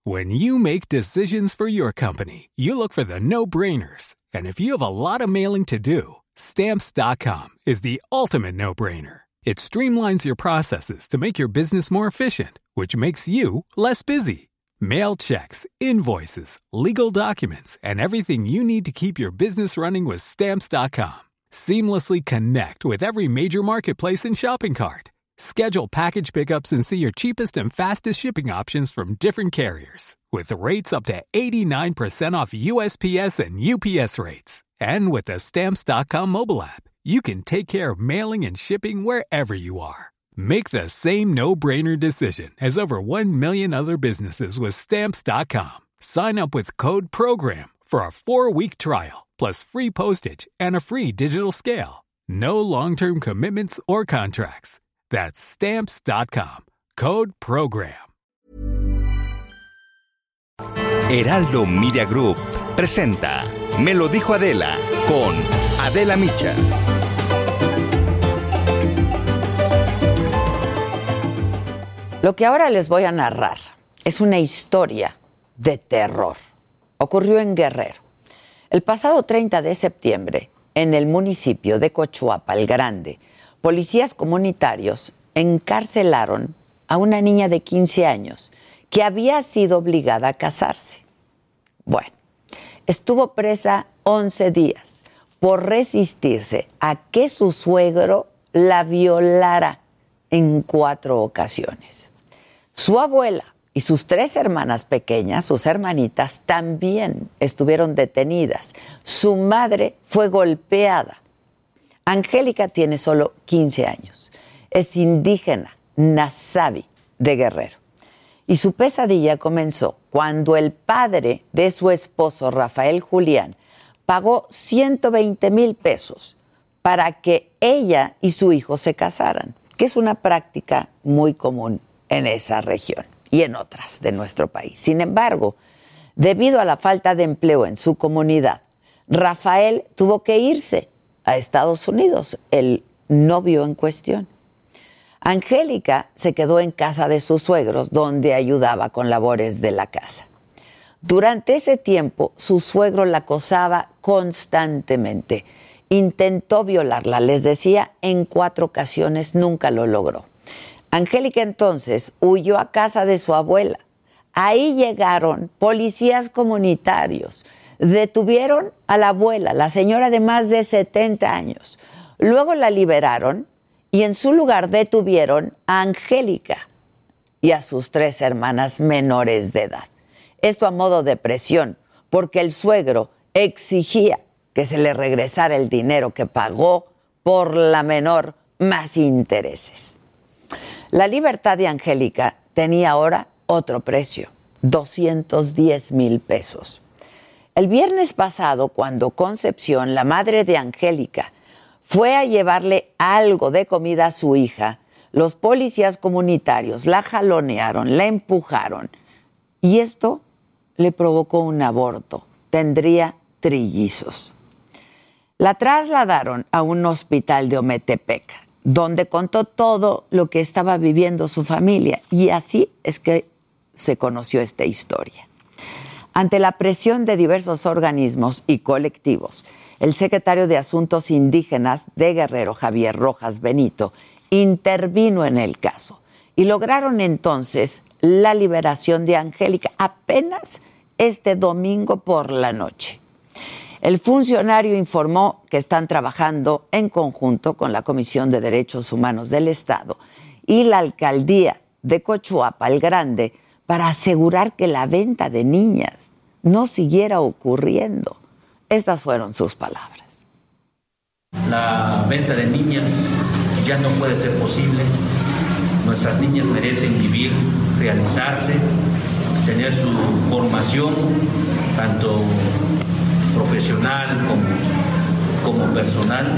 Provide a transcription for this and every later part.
When you make decisions for your company, you look for the no-brainers. And if you have a lot of mailing to do, Stamps.com is the ultimate no-brainer. It streamlines your processes to make your business more efficient, which makes you less busy. Mail checks, invoices, legal documents, and everything you need to keep your business running with Stamps.com. Seamlessly connect with every major marketplace and shopping cart. Schedule package pickups and see your cheapest and fastest shipping options from different carriers, with rates up to 89% off USPS and UPS rates. And with the Stamps.com mobile app, you can take care of mailing and shipping wherever you are. Make the same no-brainer decision as over 1 million other businesses with Stamps.com. Sign up with code PROGRAM for a 4-week trial, plus free postage and a free digital scale. No long-term commitments or contracts. That's Stamps.com. Code PROGRAM. Heraldo Media Group presenta Me lo dijo Adela con Adela Micha. Lo que ahora les voy a narrar es una historia de terror. Ocurrió en Guerrero. El pasado 30 de septiembre, en el municipio de Cochuapa el Grande, policías comunitarios encarcelaron a una niña de 15 años que había sido obligada a casarse. Bueno, estuvo presa 11 días por resistirse a que su suegro la violara en 4 ocasiones. Su abuela y sus 3 hermanas pequeñas, sus hermanitas, también estuvieron detenidas. Su madre fue golpeada. Angélica tiene solo 15 años. Es indígena, Nazavi, de Guerrero. Y su pesadilla comenzó cuando el padre de su esposo, Rafael Julián, pagó 120,000 pesos para que ella y su hijo se casaran, que es una práctica muy común en esa región y en otras de nuestro país. Sin embargo, debido a la falta de empleo en su comunidad, Rafael tuvo que irse a Estados Unidos, el novio en cuestión. Angélica se quedó en casa de sus suegros, donde ayudaba con labores de la casa. Durante ese tiempo, su suegro la acosaba constantemente. Intentó violarla, les decía, en 4 ocasiones, nunca lo logró. Angélica entonces huyó a casa de su abuela. Ahí llegaron policías comunitarios. Detuvieron a la abuela, la señora de más de 70 años. Luego la liberaron y en su lugar detuvieron a Angélica y a sus 3 hermanas menores de edad. Esto a modo de presión, porque el suegro exigía que se le regresara el dinero que pagó por la menor más intereses. La libertad de Angélica tenía ahora otro precio, 210,000 pesos. El viernes pasado, cuando Concepción, la madre de Angélica, fue a llevarle algo de comida a su hija, los policías comunitarios la jalonearon, la empujaron y esto le provocó un aborto. Tendría trillizos. La trasladaron a un hospital de Ometepec, donde contó todo lo que estaba viviendo su familia y así es que se conoció esta historia. Ante la presión de diversos organismos y colectivos, el secretario de Asuntos Indígenas de Guerrero, Javier Rojas Benito, intervino en el caso y lograron entonces la liberación de Angélica apenas este domingo por la noche. El funcionario informó que están trabajando en conjunto con la Comisión de Derechos Humanos del Estado y la Alcaldía de Cochuapa el Grande para asegurar que la venta de niñas no siguiera ocurriendo. Estas fueron sus palabras. La venta de niñas ya no puede ser posible. Nuestras niñas merecen vivir, realizarse, tener su formación, tanto profesional como personal.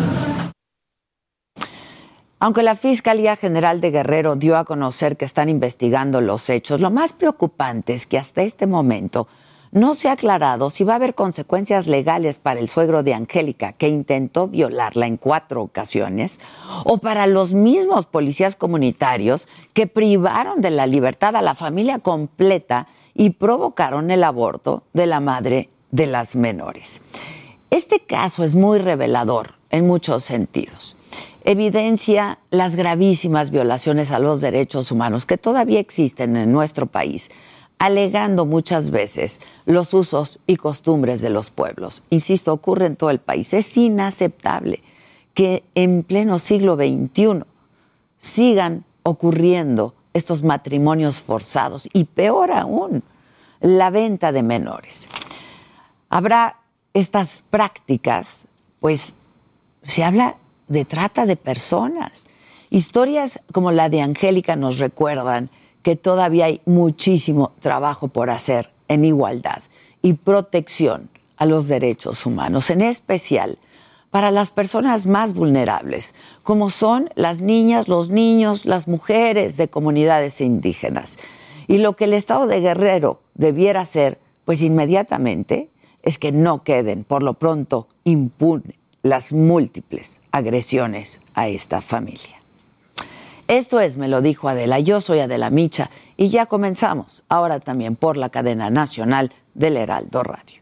Aunque la Fiscalía General de Guerrero dio a conocer que están investigando los hechos, lo más preocupante es que hasta este momento no se ha aclarado si va a haber consecuencias legales para el suegro de Angélica, que intentó violarla en 4 ocasiones, o para los mismos policías comunitarios que privaron de la libertad a la familia completa y provocaron el aborto de la madre de las menores. Este caso es muy revelador en muchos sentidos. Evidencia las gravísimas violaciones a los derechos humanos que todavía existen en nuestro país, alegando muchas veces los usos y costumbres de los pueblos. Insisto, ocurre en todo el país. Es inaceptable que en pleno siglo XXI sigan ocurriendo estos matrimonios forzados y peor aún, la venta de menores. Habrá estas prácticas, pues se habla de trata de personas. Historias como la de Angélica nos recuerdan que todavía hay muchísimo trabajo por hacer en igualdad y protección a los derechos humanos, en especial para las personas más vulnerables, como son las niñas, los niños, las mujeres de comunidades indígenas. Y lo que el Estado de Guerrero debiera hacer, pues inmediatamente, es que no queden, por lo pronto, impunes las múltiples agresiones a esta familia. Esto es Me lo dijo Adela, yo soy Adela Micha y ya comenzamos, ahora también por la cadena nacional del Heraldo Radio.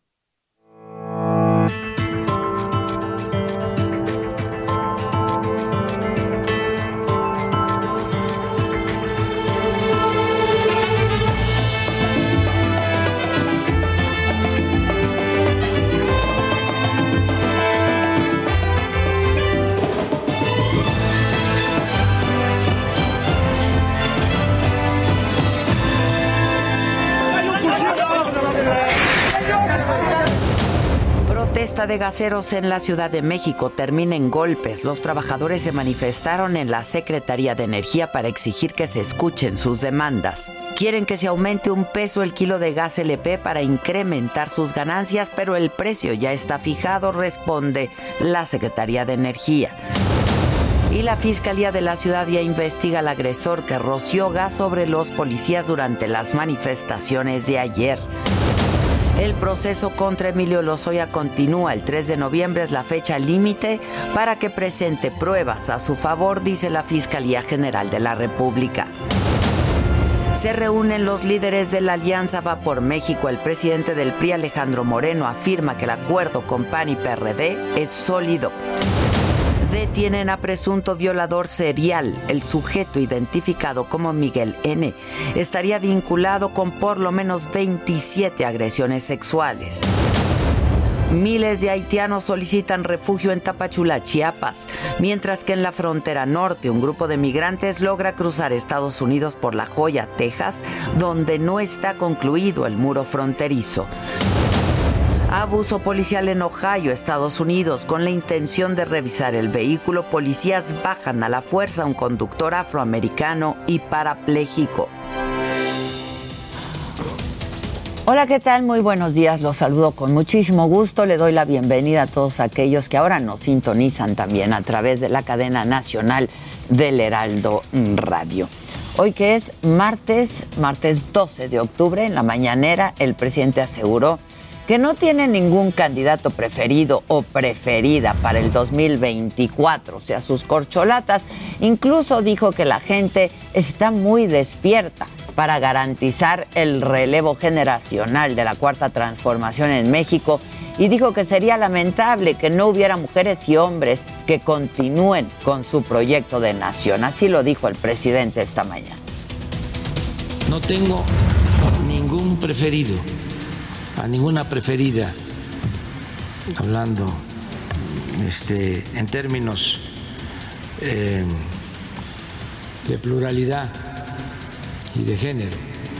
Protesta de gaseros en la Ciudad de México termina en golpes. Los trabajadores se manifestaron en la Secretaría de Energía para exigir que se escuchen sus demandas. Quieren que se aumente $1 el kilo de gas LP para incrementar sus ganancias, pero el precio ya está fijado, responde la Secretaría de Energía. Y la Fiscalía de la Ciudad ya investiga al agresor que roció gas sobre los policías durante las manifestaciones de ayer. El proceso contra Emilio Lozoya continúa. El 3 de noviembre es la fecha límite para que presente pruebas a su favor, dice la Fiscalía General de la República. Se reúnen los líderes de la Alianza Va por México. El presidente del PRI, Alejandro Moreno, afirma que el acuerdo con PAN y PRD es sólido. Detienen a presunto violador serial. El sujeto, identificado como Miguel N., estaría vinculado con por lo menos 27 agresiones sexuales. Miles de haitianos solicitan refugio en Tapachula, Chiapas, mientras que en la frontera norte un grupo de migrantes logra cruzar Estados Unidos por La Joya, Texas, donde no está concluido el muro fronterizo. Abuso policial en Ohio, Estados Unidos. Con la intención de revisar el vehículo, policías bajan a la fuerza a un conductor afroamericano y parapléjico. Hola, ¿qué tal? Muy buenos días. Los saludo con muchísimo gusto. Le doy la bienvenida a todos aquellos que ahora nos sintonizan también a través de la cadena nacional del Heraldo Radio. Hoy que es martes 12 de octubre, en la mañanera, el presidente aseguró que no tiene ningún candidato preferido o preferida para el 2024, o sea, sus corcholatas. Incluso dijo que la gente está muy despierta para garantizar el relevo generacional de la Cuarta Transformación en México y dijo que sería lamentable que no hubiera mujeres y hombres que continúen con su proyecto de nación. Así lo dijo el presidente esta mañana. No tengo ningún preferido, a ninguna preferida, hablando en términos de pluralidad y de género.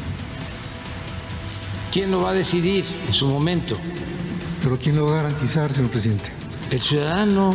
¿Quién lo va a decidir en su momento? ¿Pero quién lo va a garantizar, señor presidente? El ciudadano.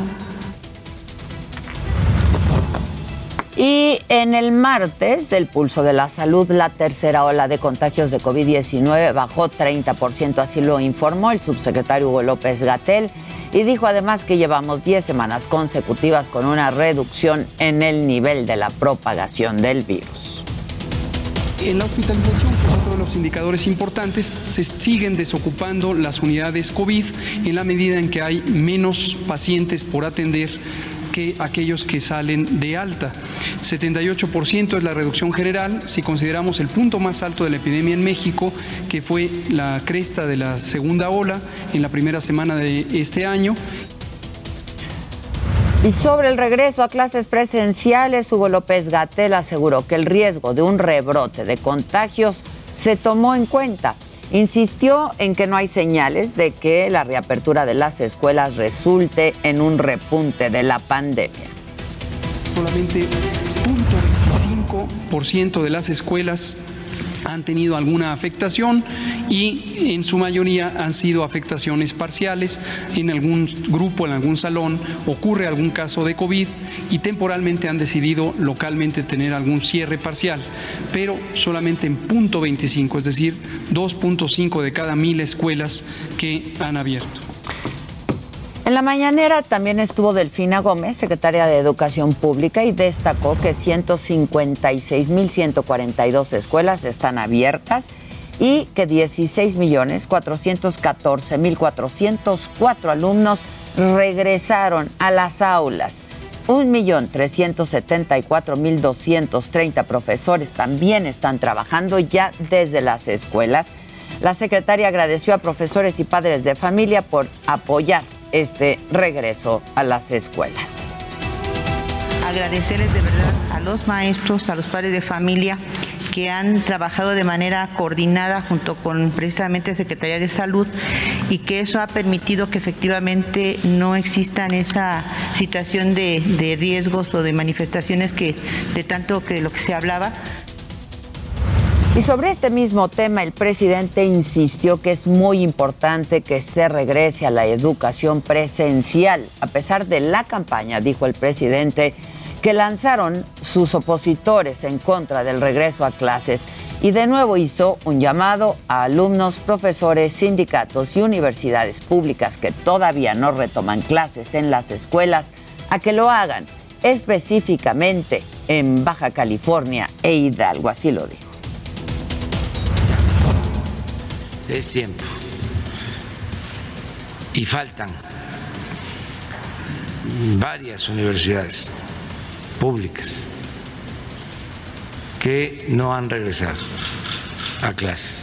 Y en el martes del Pulso de la Salud, la tercera ola de contagios de COVID-19 bajó 30%, así lo informó el subsecretario Hugo López-Gatell, y dijo además que llevamos 10 semanas consecutivas con una reducción en el nivel de la propagación del virus. En la hospitalización, que es otro de los indicadores importantes, se siguen desocupando las unidades COVID en la medida en que hay menos pacientes por atender que aquellos que salen de alta. 78% es la reducción general. Si consideramos el punto más alto de la epidemia en México, que fue la cresta de la segunda ola en la primera semana de este año. Y sobre el regreso a clases presenciales, Hugo López-Gatell aseguró que el riesgo de un rebrote de contagios se tomó en cuenta. Insistió en que no hay señales de que la reapertura de las escuelas resulte en un repunte de la pandemia. Solamente 0.25% de las escuelas han tenido alguna afectación y en su mayoría han sido afectaciones parciales. En algún grupo, en algún salón, ocurre algún caso de COVID y temporalmente han decidido localmente tener algún cierre parcial, pero solamente en 0.25, es decir, 2.5 de cada 1,000 escuelas que han abierto. En la mañanera también estuvo Delfina Gómez, secretaria de Educación Pública, y destacó que 156,142 escuelas están abiertas y que 16,414,404 alumnos regresaron a las aulas. 1,374,230 profesores también están trabajando ya desde las escuelas. La secretaria agradeció a profesores y padres de familia por apoyar este regreso a las escuelas. Agradecerles de verdad a los maestros, a los padres de familia que han trabajado de manera coordinada junto con precisamente Secretaría de Salud y que eso ha permitido que efectivamente no existan esa situación de riesgos o de manifestaciones que de tanto que lo que se hablaba. Y sobre este mismo tema, el presidente insistió que es muy importante que se regrese a la educación presencial. A pesar de la campaña, dijo el presidente, que lanzaron sus opositores en contra del regreso a clases. Y de nuevo hizo un llamado a alumnos, profesores, sindicatos y universidades públicas que todavía no retoman clases en las escuelas a que lo hagan, específicamente en Baja California e Hidalgo. Así lo dijo. Es tiempo y faltan varias universidades públicas que no han regresado a clases.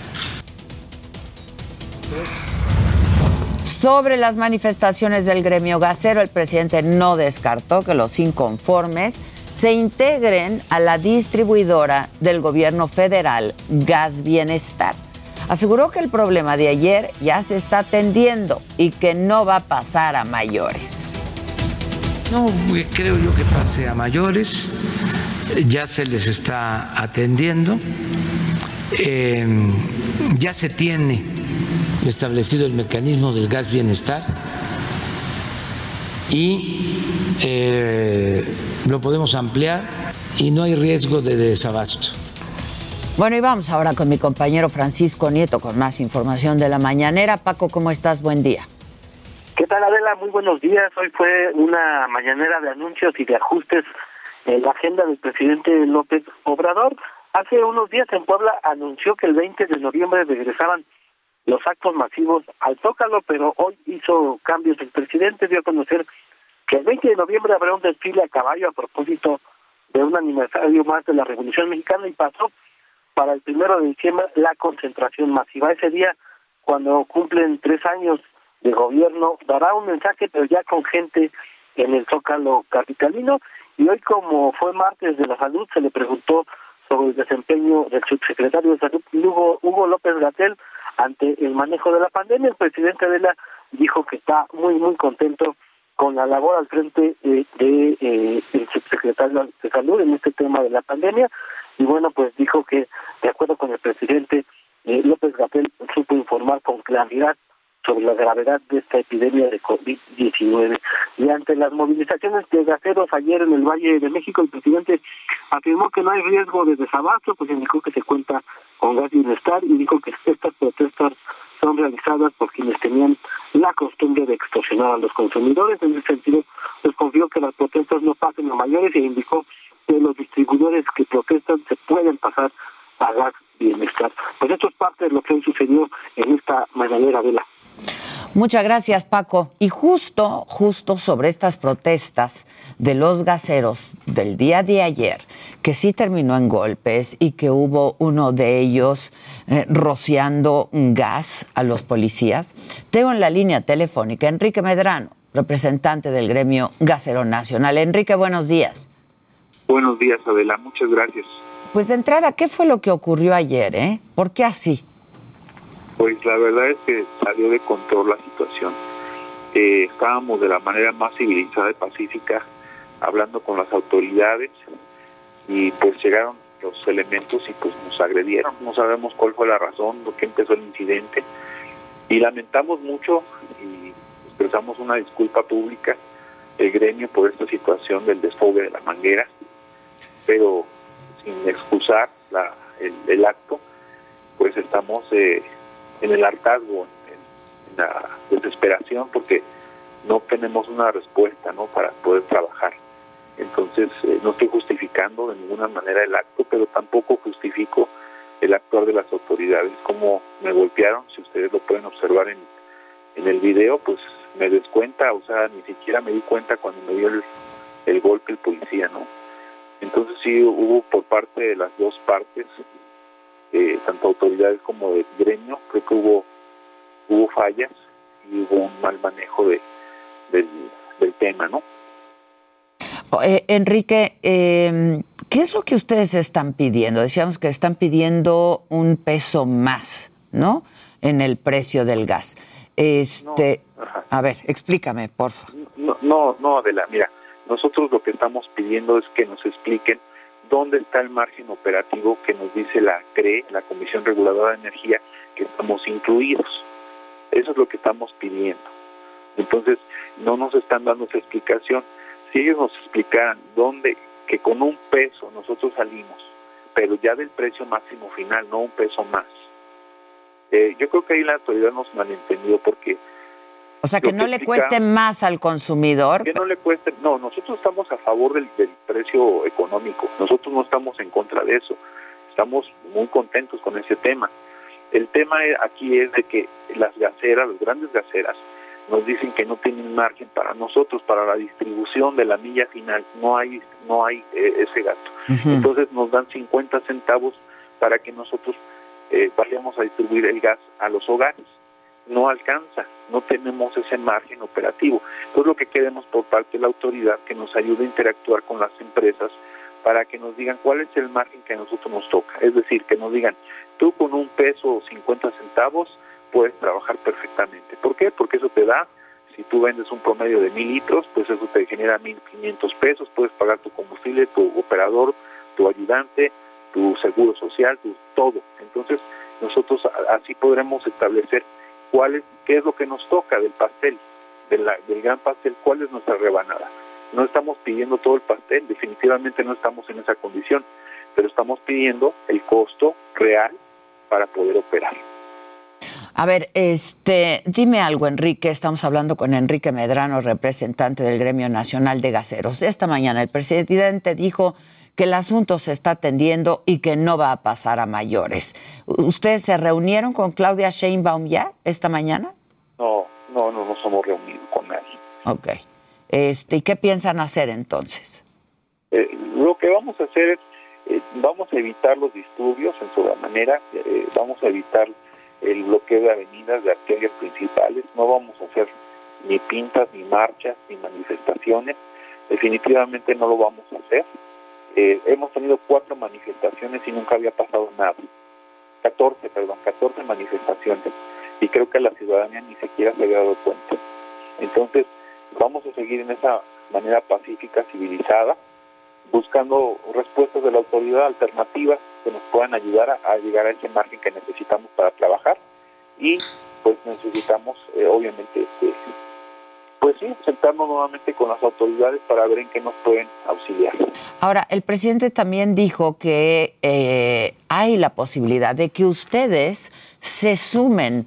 Sobre las manifestaciones del gremio gasero, el presidente no descartó que los inconformes se integren a la distribuidora del gobierno federal, Gas Bienestar. Aseguró que el problema de ayer ya se está atendiendo y que no va a pasar a mayores. No creo yo que pase a mayores, ya se les está atendiendo, ya se tiene establecido el mecanismo del Gas Bienestar y lo podemos ampliar y no hay riesgo de desabasto. Bueno, y vamos ahora con mi compañero Francisco Nieto con más información de la mañanera. Paco, ¿cómo estás? Buen día. ¿Qué tal, Adela? Muy buenos días. Hoy fue una mañanera de anuncios y de ajustes en la agenda del presidente López Obrador. Hace unos días en Puebla anunció que el 20 de noviembre regresaban los actos masivos al Zócalo, pero hoy hizo cambios. El presidente dio a conocer que el 20 de noviembre habrá un desfile a caballo a propósito de un aniversario más de la Revolución Mexicana y pasó para el 1 de diciembre la concentración masiva. Ese día, cuando cumplen 3 años de gobierno, dará un mensaje, pero ya con gente en el Zócalo capitalino. Y hoy, como fue martes de la salud, se le preguntó sobre el desempeño del subsecretario de Salud, Hugo López-Gatell, ante el manejo de la pandemia. El presidente Adela dijo que está muy, muy contento con la labor al frente del subsecretario de Salud en este tema de la pandemia. Y bueno, pues dijo que, de acuerdo con el presidente, López-Gatell supo informar con claridad sobre la gravedad de esta epidemia de COVID-19. Y ante las movilizaciones de gaseros ayer en el Valle de México, el presidente afirmó que no hay riesgo de desabasto, pues indicó que se cuenta con Gas Bienestar y dijo que estas protestas son realizadas por quienes tenían la costumbre de extorsionar a los consumidores. En ese sentido, pues confió que las protestas no pasen a mayores e indicó que los distribuidores que protestan se pueden pasar a Gas Bienestar. Pues esto es parte de lo que sucedió en esta mañanera, Vela. Muchas gracias, Paco. Y justo sobre estas protestas de los gaseros del día de ayer, que sí terminó en golpes y que hubo uno de ellos rociando gas a los policías, tengo en la línea telefónica a Enrique Medrano, representante del gremio gasero nacional. Enrique, buenos días. Buenos días, Adela. Muchas gracias. Pues de entrada, ¿qué fue lo que ocurrió ayer? ¿Por qué así? Pues la verdad es que salió de control la situación. Estábamos de la manera más civilizada y pacífica hablando con las autoridades y pues llegaron los elementos y pues nos agredieron. No sabemos cuál fue la razón, por qué empezó el incidente y lamentamos mucho y expresamos una disculpa pública el gremio por esta situación del desfogue de la manguera, pero sin excusar el acto, pues estamos en el hartazgo, en la desesperación, porque no tenemos una respuesta, ¿no?, para poder trabajar. Entonces, no estoy justificando de ninguna manera el acto, pero tampoco justifico el actuar de las autoridades. Como me golpearon, si ustedes lo pueden observar en el video, pues me descuenta, o sea, ni siquiera me di cuenta cuando me dio el golpe el policía, ¿no? Entonces sí hubo por parte de las dos partes, tanto autoridades como del gremio, creo que hubo fallas y hubo un mal manejo del tema, ¿no? Enrique, ¿qué es lo que ustedes están pidiendo? Decíamos que están pidiendo un peso más, ¿no?, en el precio del gas. A ver, explícame, porfa. No, Adela, mira, nosotros lo que estamos pidiendo es que nos expliquen dónde está el margen operativo que nos dice la CRE, la Comisión Reguladora de Energía, que estamos incluidos. Eso es lo que estamos pidiendo. Entonces, no nos están dando esa explicación. Si ellos nos explicaran dónde, que con un peso nosotros salimos, pero ya del precio máximo final, no un peso más. Yo creo que ahí la autoridad nos malentendió porque... O sea, que no le cueste más al consumidor. Que no le cueste... No, nosotros estamos a favor del precio económico. Nosotros no estamos en contra de eso. Estamos muy contentos con ese tema. El tema aquí es de que las gaseras, las grandes gaseras, nos dicen que no tienen margen para nosotros, para la distribución de la milla final. No hay ese gasto. Uh-huh. Entonces nos dan 50 centavos para que nosotros vayamos a distribuir el gas a los hogares. No alcanza, no tenemos ese margen operativo. Entonces lo que queremos por parte de la autoridad, que nos ayude a interactuar con las empresas para que nos digan cuál es el margen que a nosotros nos toca. Es decir, que nos digan, tú con un peso o 50 centavos puedes trabajar perfectamente. ¿Por qué? Porque eso te da, si tú vendes un promedio de 1,000 litros, pues eso te genera 1,500 pesos, puedes pagar tu combustible, tu operador, tu ayudante, tu seguro social, todo. Entonces nosotros así podremos establecer qué es lo que nos toca del pastel, del gran pastel, cuál es nuestra rebanada. No estamos pidiendo todo el pastel, definitivamente no estamos en esa condición, pero estamos pidiendo el costo real para poder operar. A ver, dime algo, Enrique. Estamos hablando con Enrique Medrano, representante del Gremio Nacional de Gaseros. Esta mañana el presidente dijo que el asunto se está atendiendo y que no va a pasar a mayores. ¿Ustedes se reunieron con Claudia Sheinbaum ya esta mañana? No nos hemos reunido con nadie. Ok. ¿Y qué piensan hacer entonces? Lo que vamos a hacer es, vamos a evitar los disturbios en sobremanera, vamos a evitar el bloqueo de avenidas, de arterias principales, no vamos a hacer ni pintas, ni marchas, ni manifestaciones, definitivamente no lo vamos a hacer. Hemos tenido 4 manifestaciones y nunca había pasado nada. 14 manifestaciones. Y creo que la ciudadanía ni siquiera se había dado cuenta. Entonces, vamos a seguir en esa manera pacífica, civilizada, buscando respuestas de la autoridad, alternativas que nos puedan ayudar a llegar a ese margen que necesitamos para trabajar. Y pues necesitamos, obviamente, pues sí, sentarnos nuevamente con las autoridades para ver en qué nos pueden auxiliar. Ahora, el presidente también dijo que hay la posibilidad de que ustedes se sumen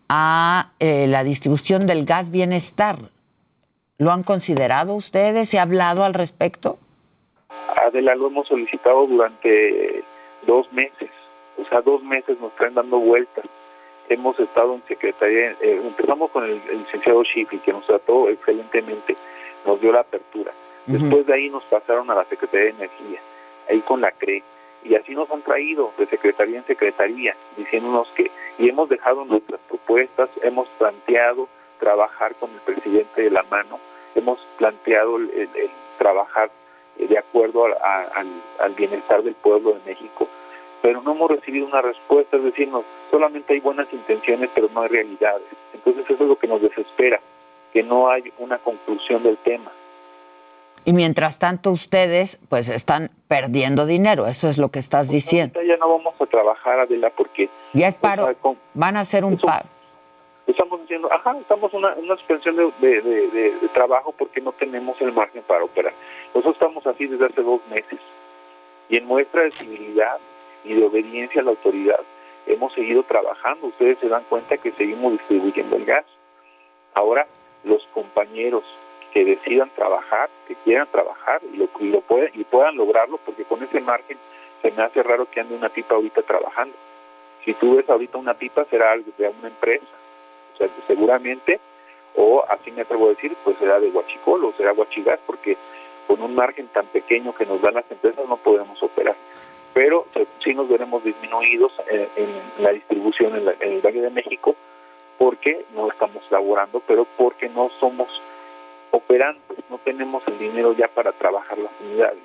a la distribución del gas bienestar. ¿Lo han considerado ustedes? ¿Se ha hablado al respecto? Adela, lo hemos solicitado durante 2 meses. O sea, 2 meses nos traen dando vueltas. hemos estado en Secretaría, empezamos con el licenciado Schiffi, que nos trató excelentemente, nos dio la apertura. Después de ahí nos pasaron a la Secretaría de Energía, ahí con la CRE, y así nos han traído de secretaría en secretaría, diciéndonos que, y hemos dejado nuestras propuestas, hemos planteado trabajar con el presidente de la mano, hemos planteado el trabajar de acuerdo al bienestar del pueblo de México, pero no hemos recibido una respuesta, es decir, solamente hay buenas intenciones, pero no hay realidades. Entonces eso es lo que nos desespera, que no hay una conclusión del tema. Y mientras tanto ustedes pues están perdiendo dinero, eso es lo que estás diciendo. Ya no vamos a trabajar, Adela, porque... Ya es paro, van a hacer un paro. Estamos haciendo, estamos una suspensión de trabajo porque no tenemos el margen para operar. Nosotros estamos así desde hace 2 meses. Y en muestra de civilidad y de obediencia a la autoridad, hemos seguido trabajando. Ustedes se dan cuenta que seguimos distribuyendo el gas. Ahora, los compañeros que decidan trabajar, que quieran trabajar y puedan lograrlo, porque con ese margen se me hace raro que ande una pipa ahorita trabajando. Si tú ves ahorita una pipa, será algo de una empresa, o sea, seguramente, o así me atrevo a decir, pues será de Huachicol o será Huachigas, porque con un margen tan pequeño que nos dan las empresas no podemos operar. Pero sí nos veremos disminuidos en la distribución en el Valle de México, porque no estamos laborando, pero porque no somos operantes, no tenemos el dinero ya para trabajar las unidades.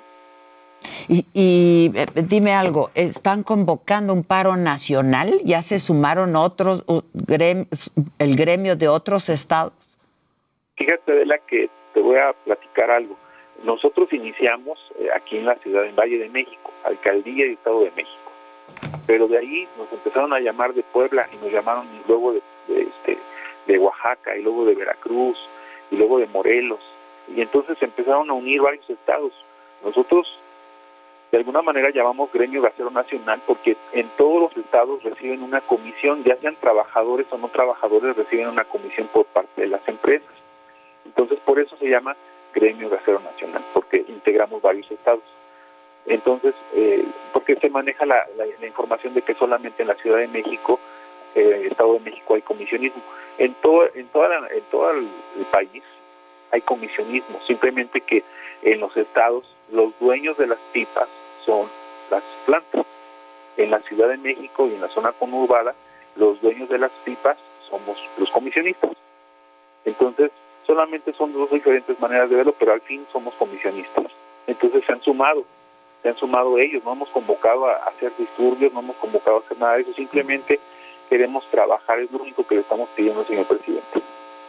Y dime algo, ¿están convocando un paro nacional? ¿Ya se sumaron otros, el gremio de otros estados? Fíjate, Adela, que te voy a platicar algo. Nosotros iniciamos aquí en la ciudad, en Valle de México, Alcaldía y Estado de México. Pero de ahí nos empezaron a llamar de Puebla y nos llamaron luego de Oaxaca y luego de Veracruz y luego de Morelos. Y entonces empezaron a unir varios estados. Nosotros de alguna manera llamamos Gremio Gasero Nacional porque en todos los estados reciben una comisión, ya sean trabajadores o no trabajadores, reciben una comisión por parte de las empresas. Entonces por eso se llama Gremio Gasero Nacional, porque integramos varios estados. Entonces, porque se maneja la información de que solamente en la Ciudad de México, Estado de México, hay comisionismo. En todo el país hay comisionismo, simplemente que en los estados los dueños de las pipas son las plantas. En la Ciudad de México y en la zona conurbada, los dueños de las pipas somos los comisionistas. Entonces, solamente son 2 diferentes maneras de verlo, pero al fin somos comisionistas. Entonces se han sumado ellos, no hemos convocado a hacer disturbios, no hemos convocado a hacer nada de eso, simplemente queremos trabajar, es lo único que le estamos pidiendo, señor presidente.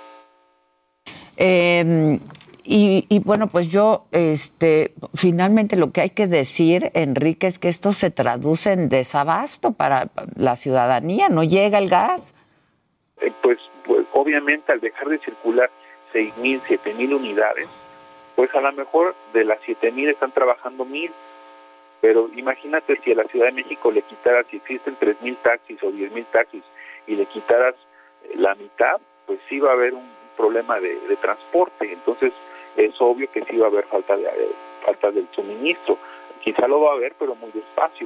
Y bueno, pues yo, finalmente lo que hay que decir, Enrique, es que esto se traduce en desabasto para la ciudadanía, no llega el gas. Pues obviamente al dejar de circular 6,000, 7,000 unidades, pues a lo mejor de las 7,000 están trabajando 1,000, pero imagínate si a la Ciudad de México le quitaras, si existen 3,000 taxis o 10,000 taxis y le quitaras la mitad, pues sí va a haber un problema de transporte. Entonces es obvio que sí va a haber falta del suministro. Quizá lo va a haber, pero muy despacio.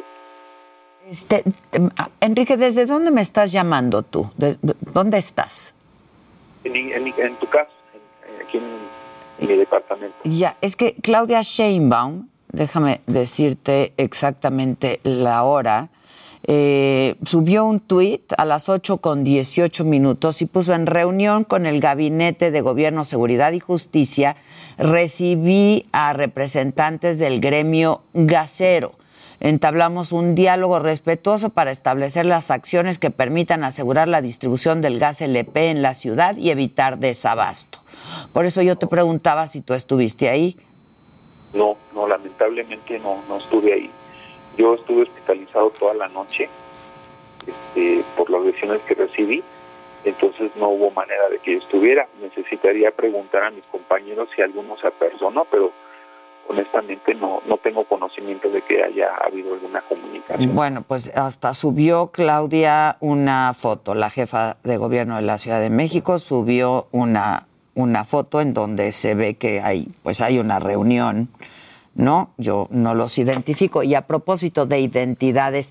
Enrique, ¿desde dónde me estás llamando tú? ¿Dónde estás? En tu casa, aquí en mi departamento. Ya, es que Claudia Sheinbaum, déjame decirte exactamente la hora, subió un tuit a las 8:18 y puso: en reunión con el Gabinete de Gobierno, Seguridad y Justicia, recibí a representantes del gremio gasero. Entablamos un diálogo respetuoso para establecer las acciones que permitan asegurar la distribución del gas LP en la ciudad y evitar desabasto. Por eso yo te preguntaba si tú estuviste ahí. No, lamentablemente no estuve ahí. Yo estuve hospitalizado toda la noche por las lesiones que recibí, entonces no hubo manera de que yo estuviera. Necesitaría preguntar a mis compañeros si alguno se apersonó, pero honestamente no tengo conocimiento de que haya habido alguna comunicación. Bueno, pues hasta subió Claudia una foto, la jefa de gobierno de la Ciudad de México subió una foto en donde se ve que hay una reunión, ¿no? Yo no los identifico. Y a propósito de identidades,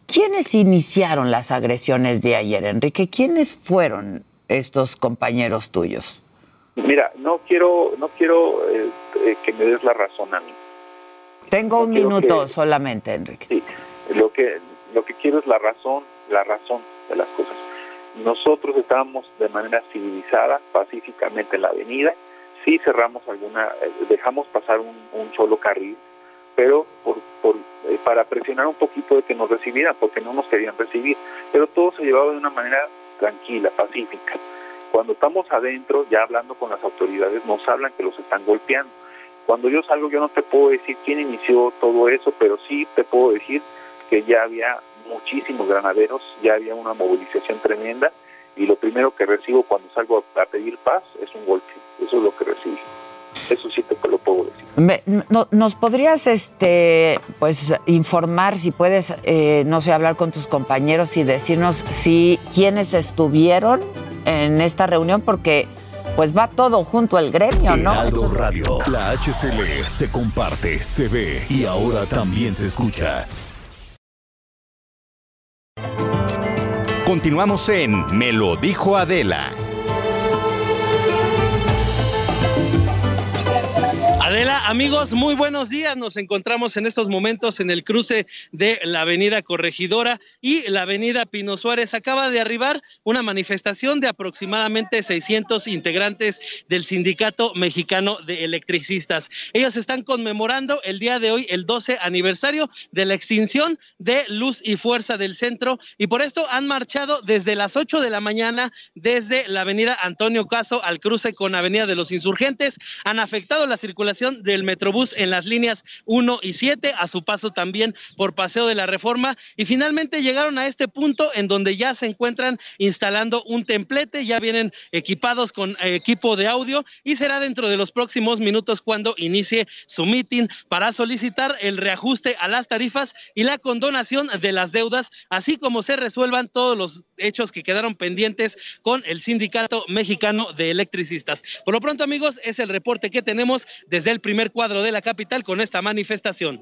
¿Quiénes iniciaron las agresiones de ayer, Enrique? ¿Quiénes fueron estos compañeros tuyos? Mira, no quiero que me des la razón a mí. Tengo un minuto solamente, Enrique. Sí, lo que quiero es la razón de las cosas. Nosotros estábamos de manera civilizada, pacíficamente en la avenida. Sí cerramos dejamos pasar un solo carril, pero para presionar un poquito de que nos recibieran, porque no nos querían recibir. Pero todo se llevaba de una manera tranquila, pacífica. Cuando estamos adentro, ya hablando con las autoridades, nos hablan que los están golpeando. Cuando yo salgo, yo no te puedo decir quién inició todo eso, pero sí te puedo decir que ya había muchísimos granaderos, ya había una movilización tremenda, y lo primero que recibo cuando salgo a pedir paz es un golpe. Eso es lo que recibí. Eso sí te lo puedo decir. ¿Nos podrías pues informar, si puedes, no sé, hablar con tus compañeros y decirnos quiénes estuvieron en esta reunión? Porque pues va todo junto al gremio, ¿no? Heraldo Radio, la HCL se comparte, se ve y ahora también se escucha. Continuamos en Me lo dijo Adela. Adela, amigos, muy buenos días. Nos encontramos en estos momentos en el cruce de la avenida Corregidora y la avenida Pino Suárez. Acaba de arribar una manifestación de aproximadamente 600 integrantes del Sindicato Mexicano de Electricistas. Ellos están conmemorando el día de hoy el 12 aniversario de la extinción de Luz y Fuerza del Centro, y por esto han marchado desde las 8 de la mañana desde la avenida Antonio Caso al cruce con avenida de los Insurgentes. Han afectado la circulación del Metrobús en las líneas 1 y 7, a su paso también por Paseo de la Reforma, y finalmente llegaron a este punto en donde ya se encuentran instalando un templete. Ya vienen equipados con equipo de audio, y será dentro de los próximos minutos cuando inicie su mitin para solicitar el reajuste a las tarifas y la condonación de las deudas, así como se resuelvan todos los hechos que quedaron pendientes con el Sindicato Mexicano de Electricistas. Por lo pronto, amigos, es el reporte que tenemos desde el primer cuadro de la capital con esta manifestación.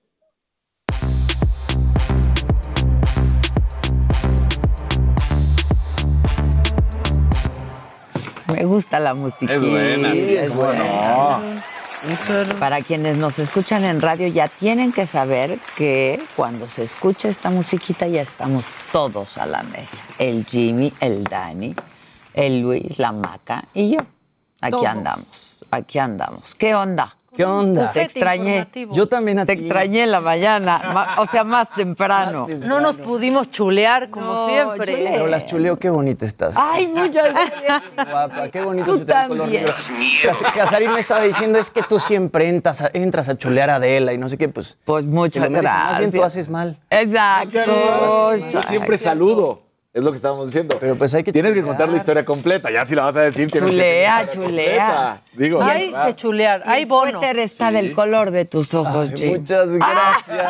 Me gusta la música. Es buena, sí, es buena. Para quienes nos escuchan en radio, ya tienen que saber que cuando se escucha esta musiquita ya estamos todos a la mesa. El Jimmy, el Dani, el Luis, la Maca y yo. Aquí andamos. ¿Qué onda? ¿Qué onda? Te extrañé. Yo también a ti. Te extrañé en la mañana, o sea, más temprano. No nos pudimos chulear como siempre. Pero las chuleo, qué bonita estás. Ay, muchas gracias. Guapa, qué bonito Tú se te ve el color también. negro. Casarín me estaba diciendo, es que tú siempre entras a chulear a Adela y no sé qué, pues muchas gracias. Más bien tú haces mal. Exacto. Yo siempre saludo. Es lo que estábamos diciendo. Pero pues hay que Tienes que contar la historia completa. Ya si la vas a decir, tienes chulea. Digo, hay que chulear. Hay bono. El suéter está del color de tus ojos, Jim. Muchas gracias,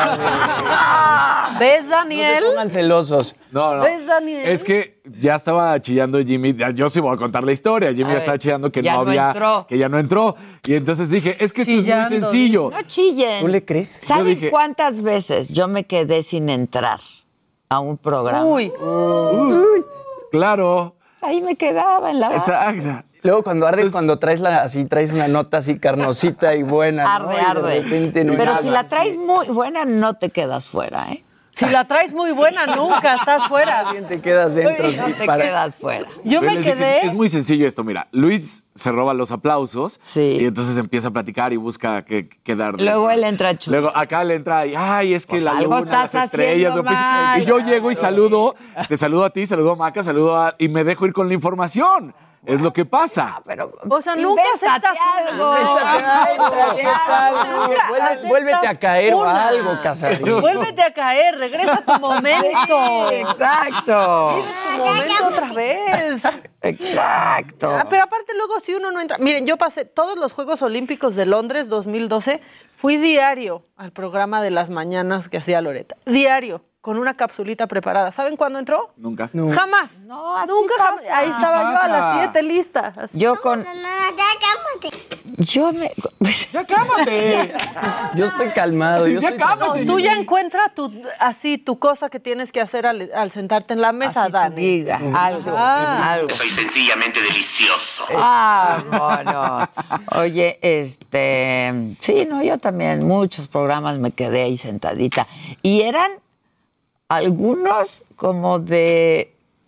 ¿Ves, Daniel? No se pongan celosos. No. ¿Ves, Daniel? Es que ya estaba chillando Jimmy. Yo sí voy a contar la historia. Jimmy ya estaba chillando que que ya no entró. Y entonces dije, es que esto es muy sencillo. No chillen. ¿Tú le crees? ¿Saben cuántas veces yo me quedé sin entrar a un programa? Uy. Claro. Ahí me quedaba en la... Exacto. Luego cuando ardes, cuando traes una nota así carnosita y buena. Arde. De repente no. Pero si la traes muy buena, no te quedas fuera, ¿eh? Si la traes muy buena, nunca estás fuera. Te quedas dentro. No te quedas fuera. Yo me quedé... Es muy sencillo esto, mira. Luis se roba los aplausos y entonces empieza a platicar y busca quedar. Luego él entra a chulo. Luego acá le entra y, ay, es que pues la luna, las estrellas. Mal, y yo llego y saludo, te saludo a ti, saludo a Maca, y me dejo ir con la información. Es lo que pasa. Pero, o sea, nunca aceptas algo. Vuélvete a caer o algo, Casarín. Vuélvete a caer, regresa a tu momento. Sí, exacto. Vive tu momento otra vez. Exacto. Pero aparte luego si uno no entra... Miren, yo pasé todos los Juegos Olímpicos de Londres 2012, fui diario al programa de las mañanas que hacía Loreta. Diario. Con una capsulita preparada. ¿Saben cuándo entró? Nunca. Jamás. No, así Nunca pasa. jamás. Ahí estaba yo a las 7 lista. Así. Yo con... Ya cámate. Yo estoy calmado. Tú ya encuentras tu cosa que tienes que hacer al sentarte en la mesa, Dani. Diga, algo. Soy sencillamente delicioso. Vámonos. Oye, sí, no, yo también, muchos programas me quedé ahí sentadita. Y eran algunos como de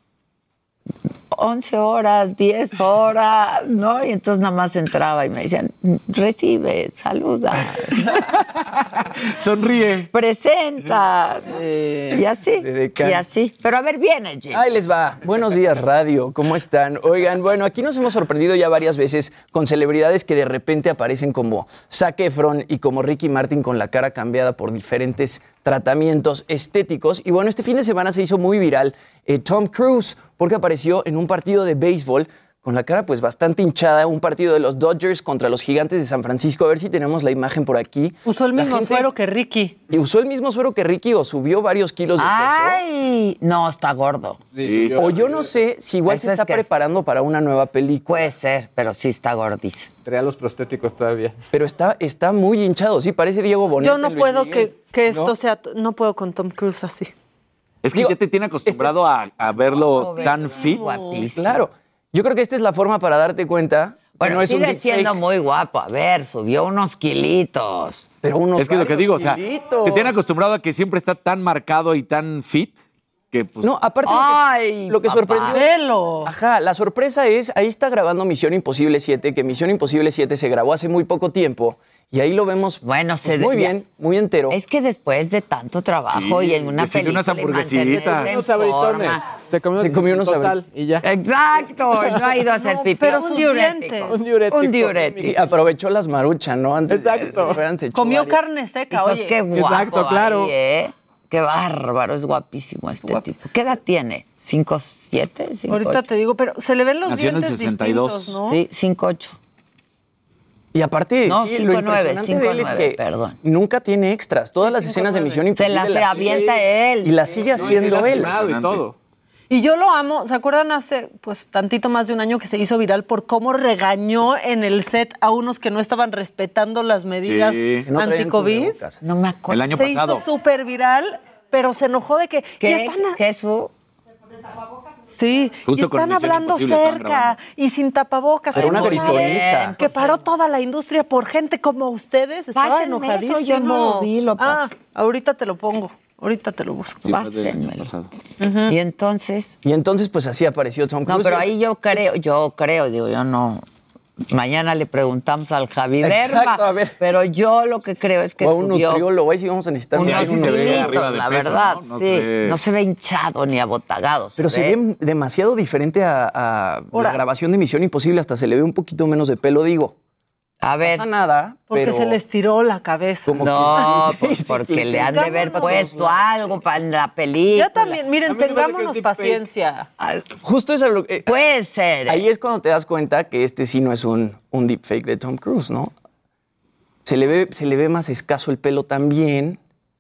11 horas, 10 horas, ¿no? Y entonces nada más entraba y me decían, recibe, saluda. Sonríe. Presenta. Y así. Pero a ver, viene, Jim. Ahí les va. Buenos días, radio. ¿Cómo están? Oigan, bueno, aquí nos hemos sorprendido ya varias veces con celebridades que de repente aparecen como Zac Efron y como Ricky Martin con la cara cambiada por diferentes tratamientos estéticos. Y bueno, este fin de semana se hizo muy viral Tom Cruise porque apareció en un partido de béisbol con la cara pues bastante hinchada, un partido de los Dodgers contra los Gigantes de San Francisco. A ver si tenemos la imagen por aquí. Usó el mismo suero que Ricky. Y usó el mismo suero que Ricky o subió varios kilos de peso. ¡Ay! No, está gordo. Sí, o yo no sé si igual se está preparando para una nueva película. Puede ser, pero sí está gordísimo. Trae los prostéticos todavía. Pero está muy hinchado, sí, parece Diego Boneta. Yo no puedo que esto sea... No puedo con Tom Cruise así. Es que ya te tiene acostumbrado a verlo tan fit. Guapísimo. Claro. Yo creo que esta es la forma para darte cuenta. Bueno, no es sigue siendo muy guapo. A ver, subió unos kilitos. Pero unos es que lo que digo, kilitos. O sea, te tiene acostumbrado a que siempre está tan marcado y tan fit que pues... No, aparte lo que sorprendió... Velo. Ajá, la sorpresa es, ahí está grabando Misión Imposible 7, que Misión Imposible 7 se grabó hace muy poco tiempo. Y ahí lo vemos muy bien, muy entero. Es que después de tanto trabajo y en una película... unas hamburguesitas. Unos abritones. Se comió unos sal y ya. Exacto. No ha ido a hacer pipí. Pero un diurético. Un diurético. Sí, aprovechó las maruchas, ¿no? Antes Exacto. Comió carne seca, pues oye. qué guapo. Exacto, claro. Ahí, Qué bárbaro, es guapísimo este tipo. ¿Qué edad tiene? ¿5'7"? Ahorita te digo, pero se le ven los Nació en el dientes 62. distintos, ¿no? Sí, 5'8". Y aparte, No, sí, lo 5'9", impresionante de él es que perdón. nunca tiene extras. Todas las escenas de Misión Imposible Se las avienta él. y las sigue haciendo él. Y todo. Y yo lo amo. ¿Se acuerdan hace pues tantito más de un año que se hizo viral por cómo regañó en el set a unos que no estaban respetando las medidas anti-COVID? No me acuerdo. El año Se pasado. hizo súper viral, pero se enojó de que... ¿Qué es su...? Sí, Justo y con están Misión hablando Imposible estaban cerca grabando. y sin tapabocas. Pero una ¿Cómo saben gritoniza. que paró toda la industria por gente como ustedes. Estaba Pásenme enojadísimo. eso, yo no lo vi, lo paso. Ahorita te lo pongo. Ahorita te lo busco. Sí, fue del año Pásenmelo. pasado. Y entonces... Y entonces, pues así apareció Tom Cruise. No, pero ahí yo creo, digo, yo no... Mañana le preguntamos al Javi Exacto, Derma, a ver. pero yo lo que creo es que O a un subió nutriólogo, ahí sí vamos a necesitar unos ahí sí se ve arriba kilitos, de la peso, verdad, ¿no? sí. No se ve hinchado ni abotagado. Pero se ve demasiado diferente a la grabación de Misión Imposible. Hasta se le ve un poquito menos de pelo, digo. A ver. No pasa nada, Porque pero... se les tiró la cabeza. Como No, que- pues Sí, porque sí, le han de haber Vámonos. puesto algo para la película. Yo también, miren, A mí me parece que tengámonos es deepfake. paciencia. Justo eso es lo que... Puede ser. Ahí es cuando te das cuenta que este sí no es un deepfake de Tom Cruise, ¿no? Se le ve más escaso el pelo también.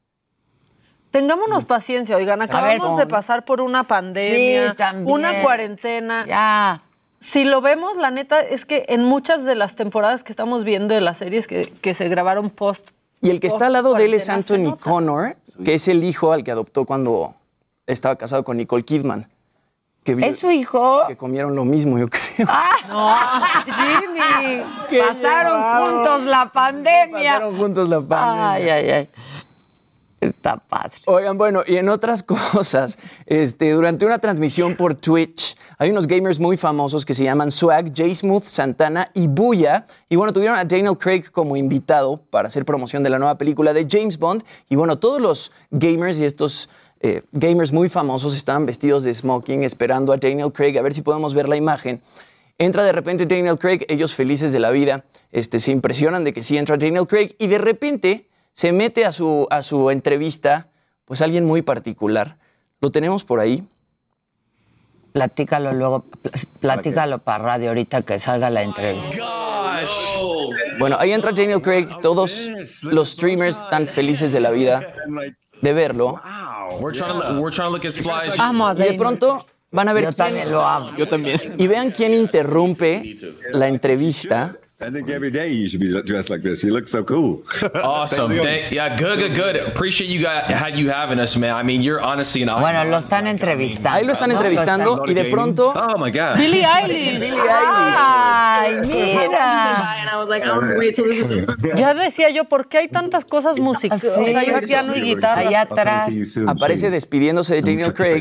Tengámonos paciencia, oigan, acabamos de pasar por una pandemia, Sí, también. una cuarentena. Ya. Si lo vemos, la neta es que en muchas de las temporadas que estamos viendo de las series que se grabaron post... Y el que está al lado de él es Post-cuarentena, se Anthony nota. Connor, que es el hijo al que adoptó cuando estaba casado con Nicole Kidman. Que ¿Es su hijo? Que comieron lo mismo, yo creo. No, Jimmy. Pasaron juntos la pandemia. Pasaron juntos la pandemia. Ay. Está padre. Oigan, bueno, y en otras cosas, durante una transmisión por Twitch, hay unos gamers muy famosos que se llaman Swag, J-Smooth, Santana y Booyah. Y bueno, tuvieron a Daniel Craig como invitado para hacer promoción de la nueva película de James Bond. Y bueno, todos los gamers y estos gamers muy famosos estaban vestidos de smoking esperando a Daniel Craig. A ver si podemos ver la imagen. Entra de repente Daniel Craig, ellos felices de la vida, se impresionan de que sí entra Daniel Craig y de repente se mete a su entrevista, pues alguien muy particular. Lo tenemos por ahí. Platícalo luego, platícalo para radio ahorita que salga la entrevista. Bueno, ahí entra Daniel Craig, todos los streamers están felices de la vida de verlo. Amo a Y de Daniel. pronto van a ver Yo también lo amo. Yo también. y vean quién interrumpe la entrevista. I think every day you should be dressed like this. You look so cool. Awesome. Good. Appreciate you having us, man. I mean, you're honestly an Bueno, lo están entrevistando. Ahí lo están entrevistando y de pronto... Oh, my God. Billie Eilish. Ay, mira. Ya decía yo, ¿por qué hay tantas cosas musicales? Sí, o sea, hay piano y guitarra. Allá atrás. Aparece despidiéndose de Daniel Craig.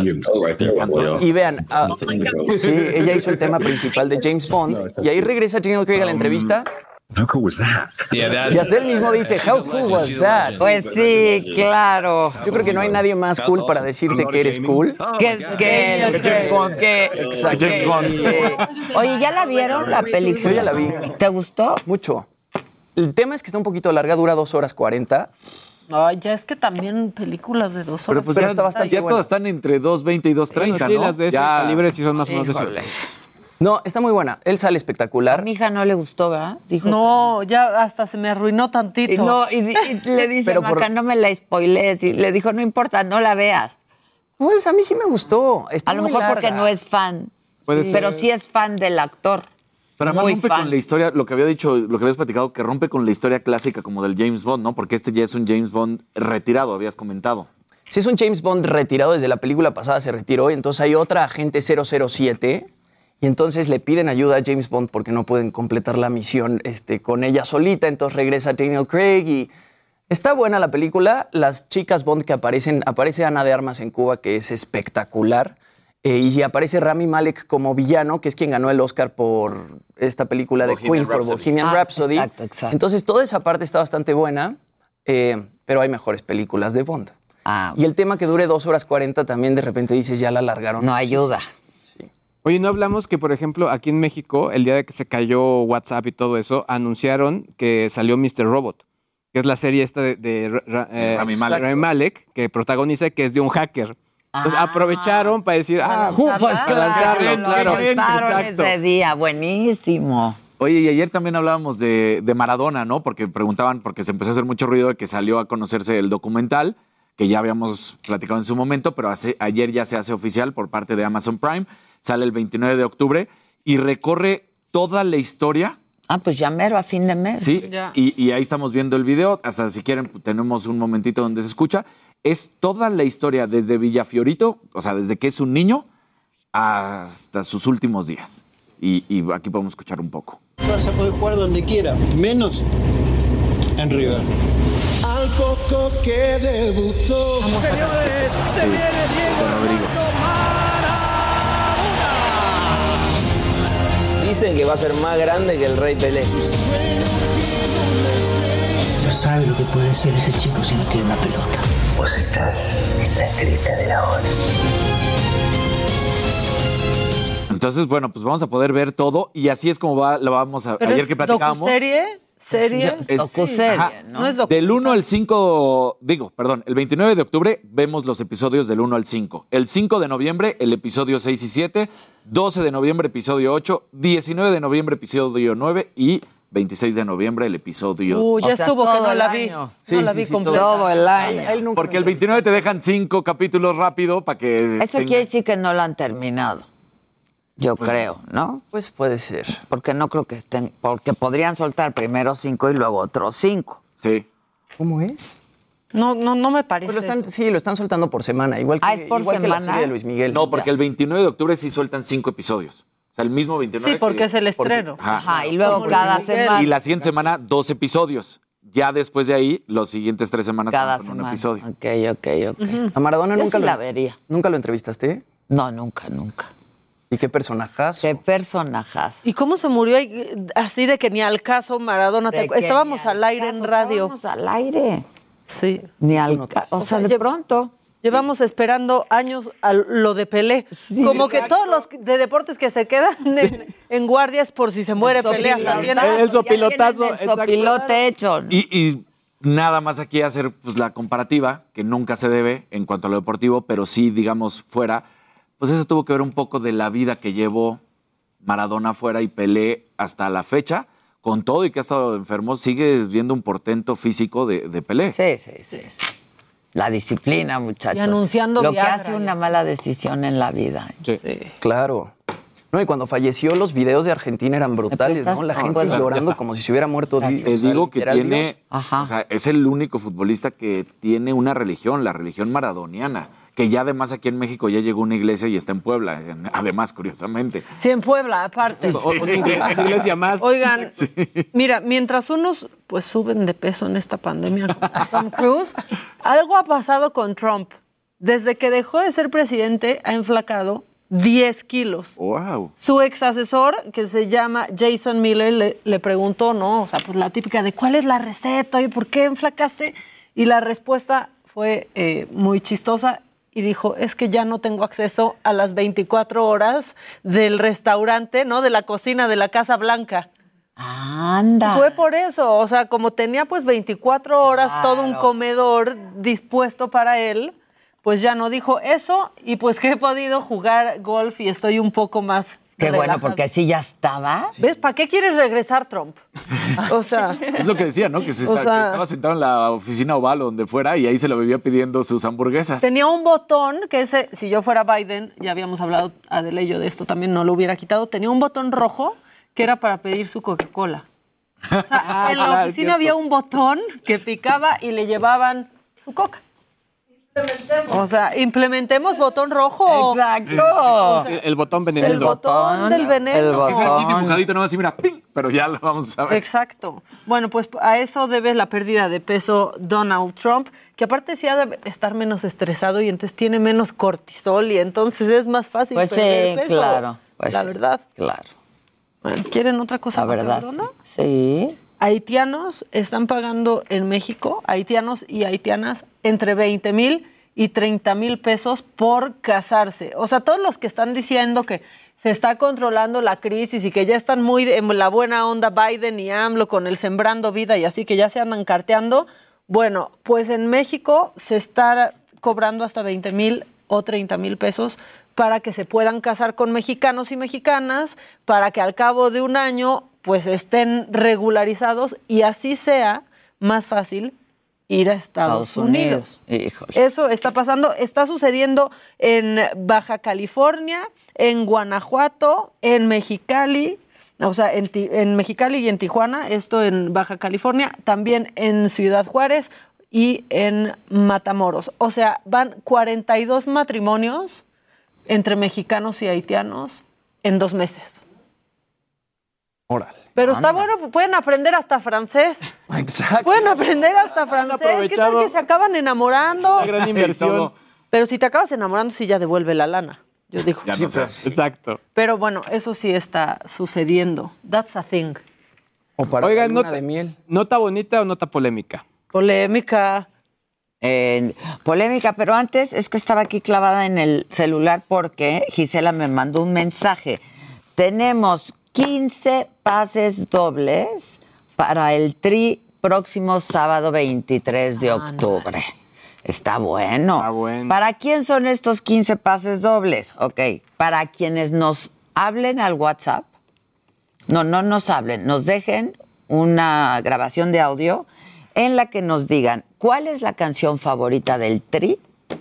Y vean, sí, ella hizo el tema principal de James Bond. Y ahí regresa Daniel Craig a la entrevista. How cool was that? Y hasta él mismo dice, how cool was that? Pues sí, claro. Yo creo que no hay nadie más cool para decirte que eres cool. Que James Bond. Exacto. James Bond. Oye, ¿ya la vieron la película? Yo ya la vi. ¿Te gustó? Mucho. El tema es que está un poquito larga, dura 2 horas 40. Ay, ya es que también películas de 2 horas. Pero pues ya está bastante. Ya todas están entre 2:20 y 2:30, sí, ¿no? Las de ese calibre sí son más o menos Híjole. eso. No, está muy buena. Él sale espectacular. A mi hija no le gustó, ¿verdad? Dijo no, ya hasta se me arruinó tantito. No, y le dice, pero Maca, no me la spoilees. Y le dijo, no importa, no la veas. Pues a mí sí me gustó. Está a lo mejor porque no es fan. Pero sí es fan del actor. Pero además rompe con la historia, lo que había dicho, lo que habías platicado, que rompe con la historia clásica como del James Bond, ¿no? Porque este ya es un James Bond retirado, habías comentado. Sí, es un James Bond retirado, desde la película pasada se retiró, y entonces hay otra agente 007, y entonces le piden ayuda a James Bond porque no pueden completar la misión con ella solita, entonces regresa Daniel Craig y está buena la película. Las chicas Bond que aparece Ana de Armas en Cuba, que es espectacular. Y aparece Rami Malek como villano, que es quien ganó el Oscar por esta película de Queen, por Bohemian Rhapsody. Exacto. Entonces, toda esa parte está bastante buena, pero hay mejores películas de Bond. Y el tema que dure 2 horas 40 también de repente dices, ya la alargaron. No ayuda. Sí. Oye, no hablamos que, por ejemplo, aquí en México, el día de que se cayó WhatsApp y todo eso, anunciaron que salió Mr. Robot, que es la serie esta de Rami Malek, que protagoniza, que es de un hacker. Entonces aprovecharon para decir, pues claro, claro. Ese día, buenísimo. Oye, y ayer también hablábamos de Maradona, ¿no? Porque preguntaban, porque se empezó a hacer mucho ruido de que salió a conocerse el documental, que ya habíamos platicado en su momento, pero ayer ya se hace oficial por parte de Amazon Prime, sale el 29 de octubre y recorre toda la historia. Pues ya mero a fin de mes. Sí, y ahí estamos viendo el video, hasta si quieren tenemos un momentito donde se escucha. Es toda la historia desde Villafiorito, o sea, desde que es un niño hasta sus últimos días. Y aquí podemos escuchar un poco. Vas a poder jugar donde quiera, menos en River. Al poco que debutó. Señores, se viene Diego Maradona. Dicen que va a ser más grande que el Rey Pelé. No sabe lo que puede ser ese chico si no tiene una pelota. Vos estás en la cresta de la ola. Entonces, bueno, pues vamos a poder ver todo y así es como lo vamos a... ¿Pero ayer que platicábamos... ¿Docuserie? ¿Serie? Es docuserie, ¿no? No es docuserie. Del 1 al 5, el 29 de octubre vemos los episodios del 1 al 5. El 5 de noviembre, el episodio 6 y 7. 12 de noviembre, episodio 8. 19 de noviembre, episodio 9. Y 26 de noviembre, el episodio... ya estuvo que no la vi. Sí, no la vi completa. Todo el año. Porque el 29 te dejan 5 capítulos rápido para que... Eso quiere decir que no lo han terminado. Yo creo, ¿no? Pues puede ser. Porque no creo que estén... Porque podrían soltar primero 5 y luego otros 5. Sí. ¿Cómo es? No me parece. Pues lo están soltando por semana, igual que, ¿es por igual semana? Que la serie de Luis Miguel. No, porque el 29 de octubre sí sueltan 5 episodios. O sea, el mismo 29. Sí, porque es el estreno. Ajá, y luego cada semana. Y la siguiente semana, 2 episodios. Ya después de ahí, los siguientes 3 semanas cada con semana. un episodio. Ok. A Maradona Yo nunca sí la vería. ¿Nunca lo entrevistaste? No, nunca. ¿Y qué personajazo? Qué personajazo. ¿Y cómo se murió así de que ni al caso Maradona? Estábamos al aire en radio. Estábamos al aire. Sí. Ni al caso. O sea, de pronto. Llevamos esperando años a lo de Pelé. Sí, como exacto. que todos los de deportes que se quedan en guardias por si se muere Pelé hasta tiene el sopilotazo. El sopilote hecho. Y nada más aquí hacer pues, la comparativa, que nunca se debe en cuanto a lo deportivo, pero sí, digamos, fuera. Pues eso tuvo que ver un poco de la vida que llevó Maradona fuera y Pelé hasta la fecha. Con todo y que ha estado enfermo, sigue viendo un portento físico de Pelé. Sí. La disciplina, muchachos. Y anunciando lo Viagra, que hace una mala decisión en la vida. Sí. Claro. No, y cuando falleció, los videos de Argentina eran brutales, ¿no? La gente llorando como si se hubiera muerto. Te digo que tiene, o sea, es el único futbolista que tiene una religión, la religión maradoniana, que ya además aquí en México ya llegó una iglesia y está en Puebla, además, curiosamente. Sí, en Puebla, aparte. Una iglesia más. Oigan, mira, mientras unos pues suben de peso en esta pandemia con Tom Cruise, algo ha pasado con Trump. Desde que dejó de ser presidente, ha enflacado 10 kilos. Wow. Su ex asesor, que se llama Jason Miller, le preguntó, ¿no? O sea, pues la típica de ¿cuál es la receta? ¿Y por qué enflacaste? Y la respuesta fue muy chistosa y dijo, es que ya no tengo acceso a las 24 horas del restaurante, ¿no? De la cocina de la Casa Blanca. Anda. Fue por eso, o sea, como tenía pues 24 horas todo un comedor dispuesto para él, pues ya no dijo eso y pues que he podido jugar golf y estoy un poco más Qué relajado. bueno, porque así ya estaba. ¿Ves? ¿Para qué quieres regresar, Trump? O sea... Es lo que decía, ¿no? Que, que estaba sentado en la oficina oval o donde fuera y ahí se lo vivía pidiendo sus hamburguesas. Tenía un botón que ese, si yo fuera Biden, ya habíamos hablado, Adela y yo de esto también, no lo hubiera quitado, tenía un botón rojo que era para pedir su Coca-Cola. O sea, en la oficina había un botón que picaba y le llevaban su coca. O sea, implementemos botón rojo. Exacto. O sea, el botón veneno. El botón del veneno. El botón. Es aquí dibujadito, no así, mira, ¡ping! Pero ya lo vamos a ver. Exacto. Bueno, pues a eso debe la pérdida de peso Donald Trump, que aparte sí ha de estar menos estresado y entonces tiene menos cortisol y entonces es más fácil Pues perder sí, peso. claro. Pues la sí, verdad. Claro. Bueno, ¿quieren otra cosa La verdad. macabrona? Sí. Haitianos están pagando en México, haitianos y haitianas, entre 20,000 y 30,000 pesos por casarse. O sea, todos los que están diciendo que se está controlando la crisis y que ya están muy en la buena onda Biden y AMLO con el sembrando vida y así que ya se andan carteando, bueno, pues en México se está cobrando hasta 20,000 o 30,000 pesos para que se puedan casar con mexicanos y mexicanas, para que al cabo de un año pues estén regularizados y así sea más fácil ir a Estados Unidos. Híjole. Eso está pasando, está sucediendo en Baja California, en Guanajuato, en Mexicali, o sea, en Mexicali y en Tijuana, esto en Baja California, también en Ciudad Juárez y en Matamoros. O sea, van 42 matrimonios entre mexicanos y haitianos en 2 meses. Órale. Pero está bueno, pueden aprender hasta francés. Exacto. Pueden aprender hasta francés. ¿Qué tal que se acaban enamorando? Una gran inversión. Pero si te acabas enamorando, sí ya devuelve la lana. Yo digo. Ya no sé. Exacto. Pero bueno, eso sí está sucediendo. That's a thing. O para Oigan, luna de miel. ¿Nota bonita o nota polémica? Polémica. Polémica, pero antes es que estaba aquí clavada en el celular porque Gisela me mandó un mensaje. Tenemos 15 pases dobles para el Tri próximo sábado 23 de octubre. Está bueno. Está bueno. ¿Para quién son estos 15 pases dobles? Ok, para quienes nos hablen al WhatsApp. No nos hablen, nos dejen una grabación de audio en la que nos digan cuál es la canción favorita del Tri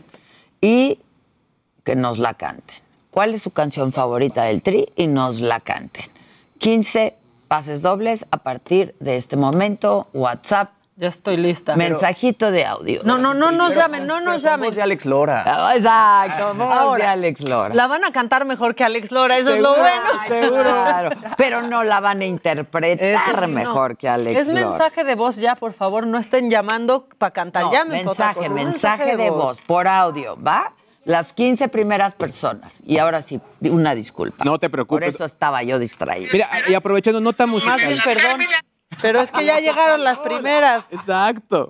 y que nos la canten. ¿Cuál es su canción favorita del Tri? Y nos la canten. 15 pases dobles a partir de este momento. WhatsApp. Ya estoy lista. Mensajito de audio. No nos llamen, no nos llamen. Voz de Alex Lora. Exacto, voz de Ahora, Alex Lora. La van a cantar mejor que Alex Lora, eso es lo bueno. Seguro. Claro. Pero no la van a interpretar Eso sí, mejor no. que Alex Es Lora. mensaje de voz ya, por favor, no estén llamando para cantar. No, Llamen pa' otra cosa. mensaje de voz por audio, ¿va? Las 15 primeras personas. Y ahora sí, una disculpa. No te preocupes. Por eso estaba yo distraída. Mira, y aprovechando, nota musical. Más bien, perdón. Pero es que ya llegaron las primeras. Exacto.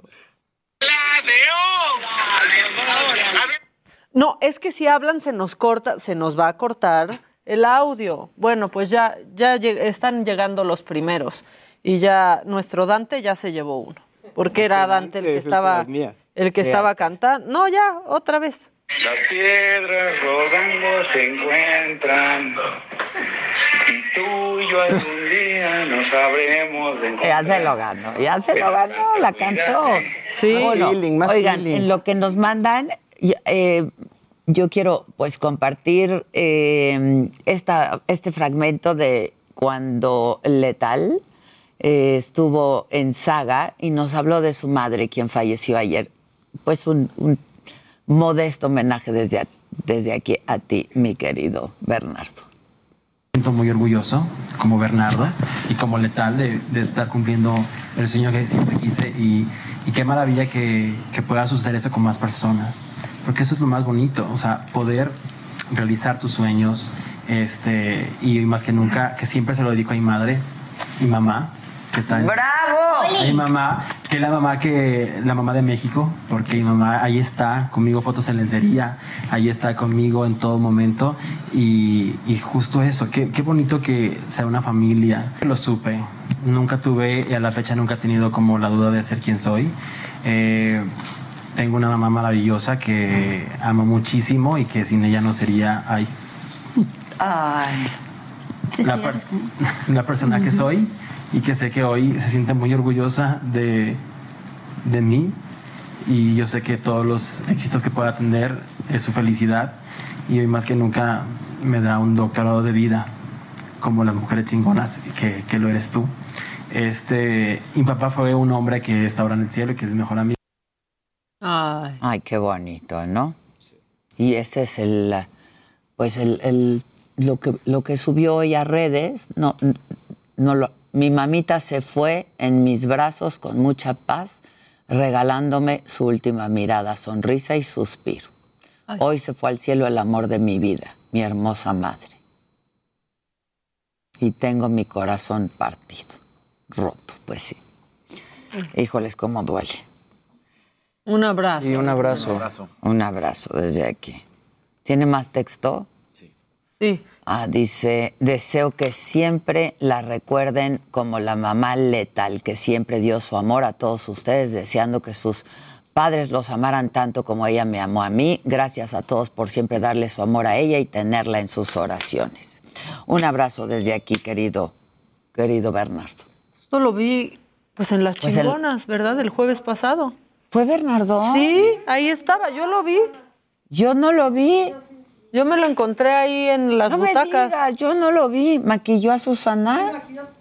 No, es que si hablan se nos corta, se nos va a cortar el audio. Bueno, pues ya están llegando los primeros. Y ya nuestro Dante ya se llevó uno. Porque era Dante el que estaba cantando. No, ya, otra vez. Las piedras rodando se encuentran y tú y yo algún día nos sabremos de encontrar. Ya se lo ganó, la cantó. Sí. Bueno, Feeling, más oigan, feeling. en lo que nos mandan, yo quiero pues compartir este fragmento de cuando Letal estuvo en Saga y nos habló de su madre, quien falleció ayer. Pues un modesto homenaje desde aquí a ti, mi querido Bernardo. Me siento muy orgulloso como Bernardo y como Letal de estar cumpliendo el sueño que siempre quise y qué maravilla que pueda suceder eso con más personas, porque eso es lo más bonito, o sea, poder realizar tus sueños y más que nunca, que siempre se lo dedico a mi madre, mi mamá, que está en... ¡Bravo! A mi mamá, que es la mamá de México, porque mi mamá ahí está conmigo, fotos en lencería, ahí está conmigo en todo momento y justo eso, qué bonito que sea una familia. Lo supe, nunca tuve y a la fecha nunca he tenido como la duda de ser quien soy. Tengo una mamá maravillosa que amo muchísimo y que sin ella no sería la persona que soy. Y que sé que hoy se siente muy orgullosa de mí y yo sé que todos los éxitos que pueda tener es su felicidad y hoy más que nunca me da un doctorado de vida como las mujeres chingonas que lo eres tú. Mi papá fue un hombre que está ahora en el cielo y que es mi mejor amigo. Ay, qué bonito, ¿no? Sí. Y ese es lo que subió hoy a redes. Mi mamita se fue en mis brazos con mucha paz, regalándome su última mirada, sonrisa y suspiro. Ay. Hoy se fue al cielo el amor de mi vida, mi hermosa madre. Y tengo mi corazón partido, roto, pues sí. Híjoles, cómo duele. Un abrazo. Sí, un abrazo. Un abrazo desde aquí. ¿Tiene más texto? Sí. Dice, deseo que siempre la recuerden como la mamá Letal, que siempre dio su amor a todos ustedes, deseando que sus padres los amaran tanto como ella me amó a mí. Gracias a todos por siempre darle su amor a ella y tenerla en sus oraciones. Un abrazo desde aquí, querido Bernardo. Esto lo vi pues en las chingonas, ¿verdad? El jueves pasado. ¿Fue Bernardo? Sí, ahí estaba, yo lo vi. Yo no lo vi. Yo me lo encontré ahí en las butacas. Me digas, yo no lo vi. ¿Maquilló a Susana?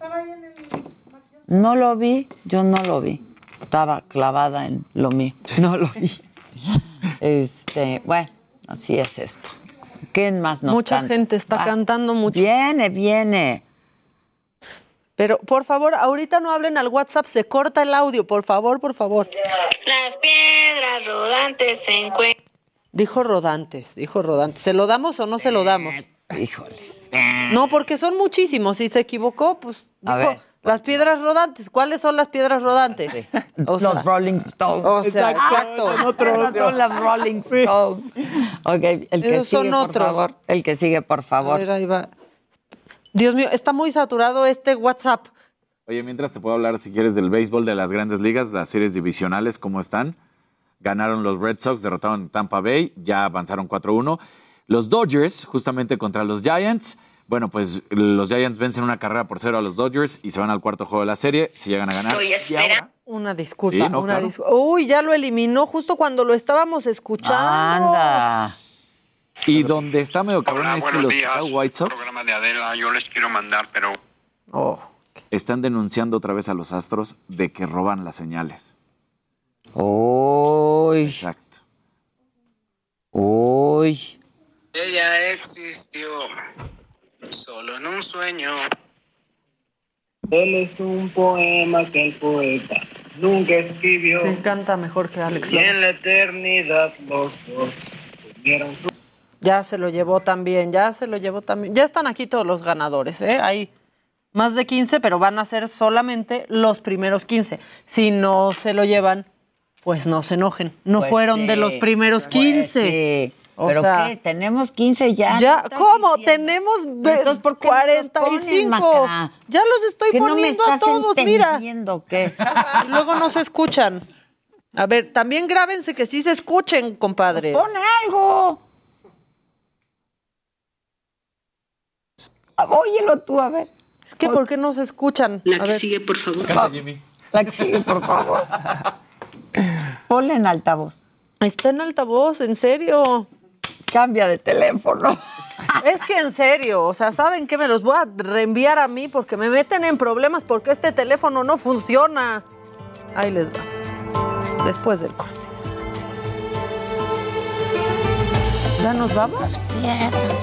No lo vi, yo no lo vi. Estaba clavada en lo mío. No lo vi. Bueno, así es esto. ¿Quién más nos Mucha gente está cantando mucho. Viene. Pero, por favor, ahorita no hablen al WhatsApp, se corta el audio, por favor. Las piedras rodantes se encuentran. Dijo rodantes. ¿Se lo damos o no se lo damos? Híjole. No, porque son muchísimos. Si se equivocó, pues dijo las piedras rodantes. ¿Cuáles son las piedras rodantes? Sí. Los Rolling Stones. O sea, exacto. Son las Rolling Stones. Ok, el que sigue, por favor. El que sigue, por favor. A ver, ahí va. Dios mío, está muy saturado este WhatsApp. Oye, mientras te puedo hablar, si quieres, del béisbol de las grandes ligas, las series divisionales, ¿cómo están? Ganaron los Red Sox, derrotaron Tampa Bay, ya avanzaron 4-1. Los Dodgers, justamente contra los Giants. Bueno, pues los Giants vencen 1-0 a los Dodgers y se van al cuarto juego de la serie. Si llegan a ganar. Estoy esperando. Una disculpa. Sí, no, claro. Uy, ya lo eliminó justo cuando lo estábamos escuchando. Anda. Y donde está medio cabrón es que los días, White Sox programa de Adela, yo les quiero mandar, pero... están denunciando otra vez a los Astros de que roban las señales. Uy. Exacto. Uy. Ella existió solo en un sueño. Él es un poema que el poeta nunca escribió. Se canta mejor que Alex. Y en la eternidad los dos tuvieron... Ya se lo llevó también. Ya están aquí todos los ganadores, ¿eh? Hay más de 15, pero van a ser solamente los primeros 15. Si no se lo llevan, pues no se enojen. No pues fueron sí, de los primeros 15. Pues sí. ¿Pero qué? ¿Tenemos 15 ya? ¿Ya? ¿Cómo? Tenemos 45. Ya los estoy poniendo a todos, mira. ¿Qué? Y luego no se escuchan. A ver, también grábense que sí se escuchen, compadres. Pues pon algo. Óyelo tú, a ver. Es que ¿por qué no se escuchan? La que sigue, por favor. La que sigue, por favor. Ponle en altavoz. Está en altavoz, en serio. Cambia de teléfono. Es que en serio, o sea, ¿saben qué? Me los voy a reenviar a mí porque me meten en problemas porque este teléfono no funciona. Ahí les va. Después del corte. ¿Ya nos vamos? Las piedras.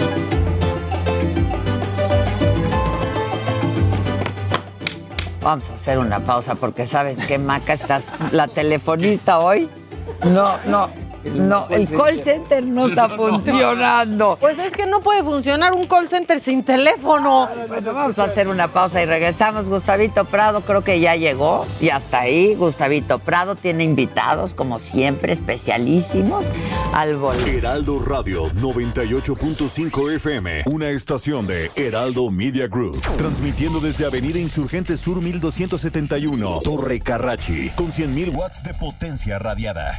Vamos a hacer una pausa porque ¿sabes qué, Maca? Estás la telefonista hoy. No, el call center no está funcionando. Pues es que no puede funcionar un call center sin teléfono. Bueno, vamos a hacer una pausa y regresamos. Gustavito Prado creo que ya llegó y hasta ahí. Gustavito Prado tiene invitados, como siempre, especialísimos al volver. Heraldo Radio 98.5 FM, una estación de Heraldo Media Group, transmitiendo desde Avenida Insurgente Sur 1271, Torre Carrachi, con 100,000 watts de potencia radiada.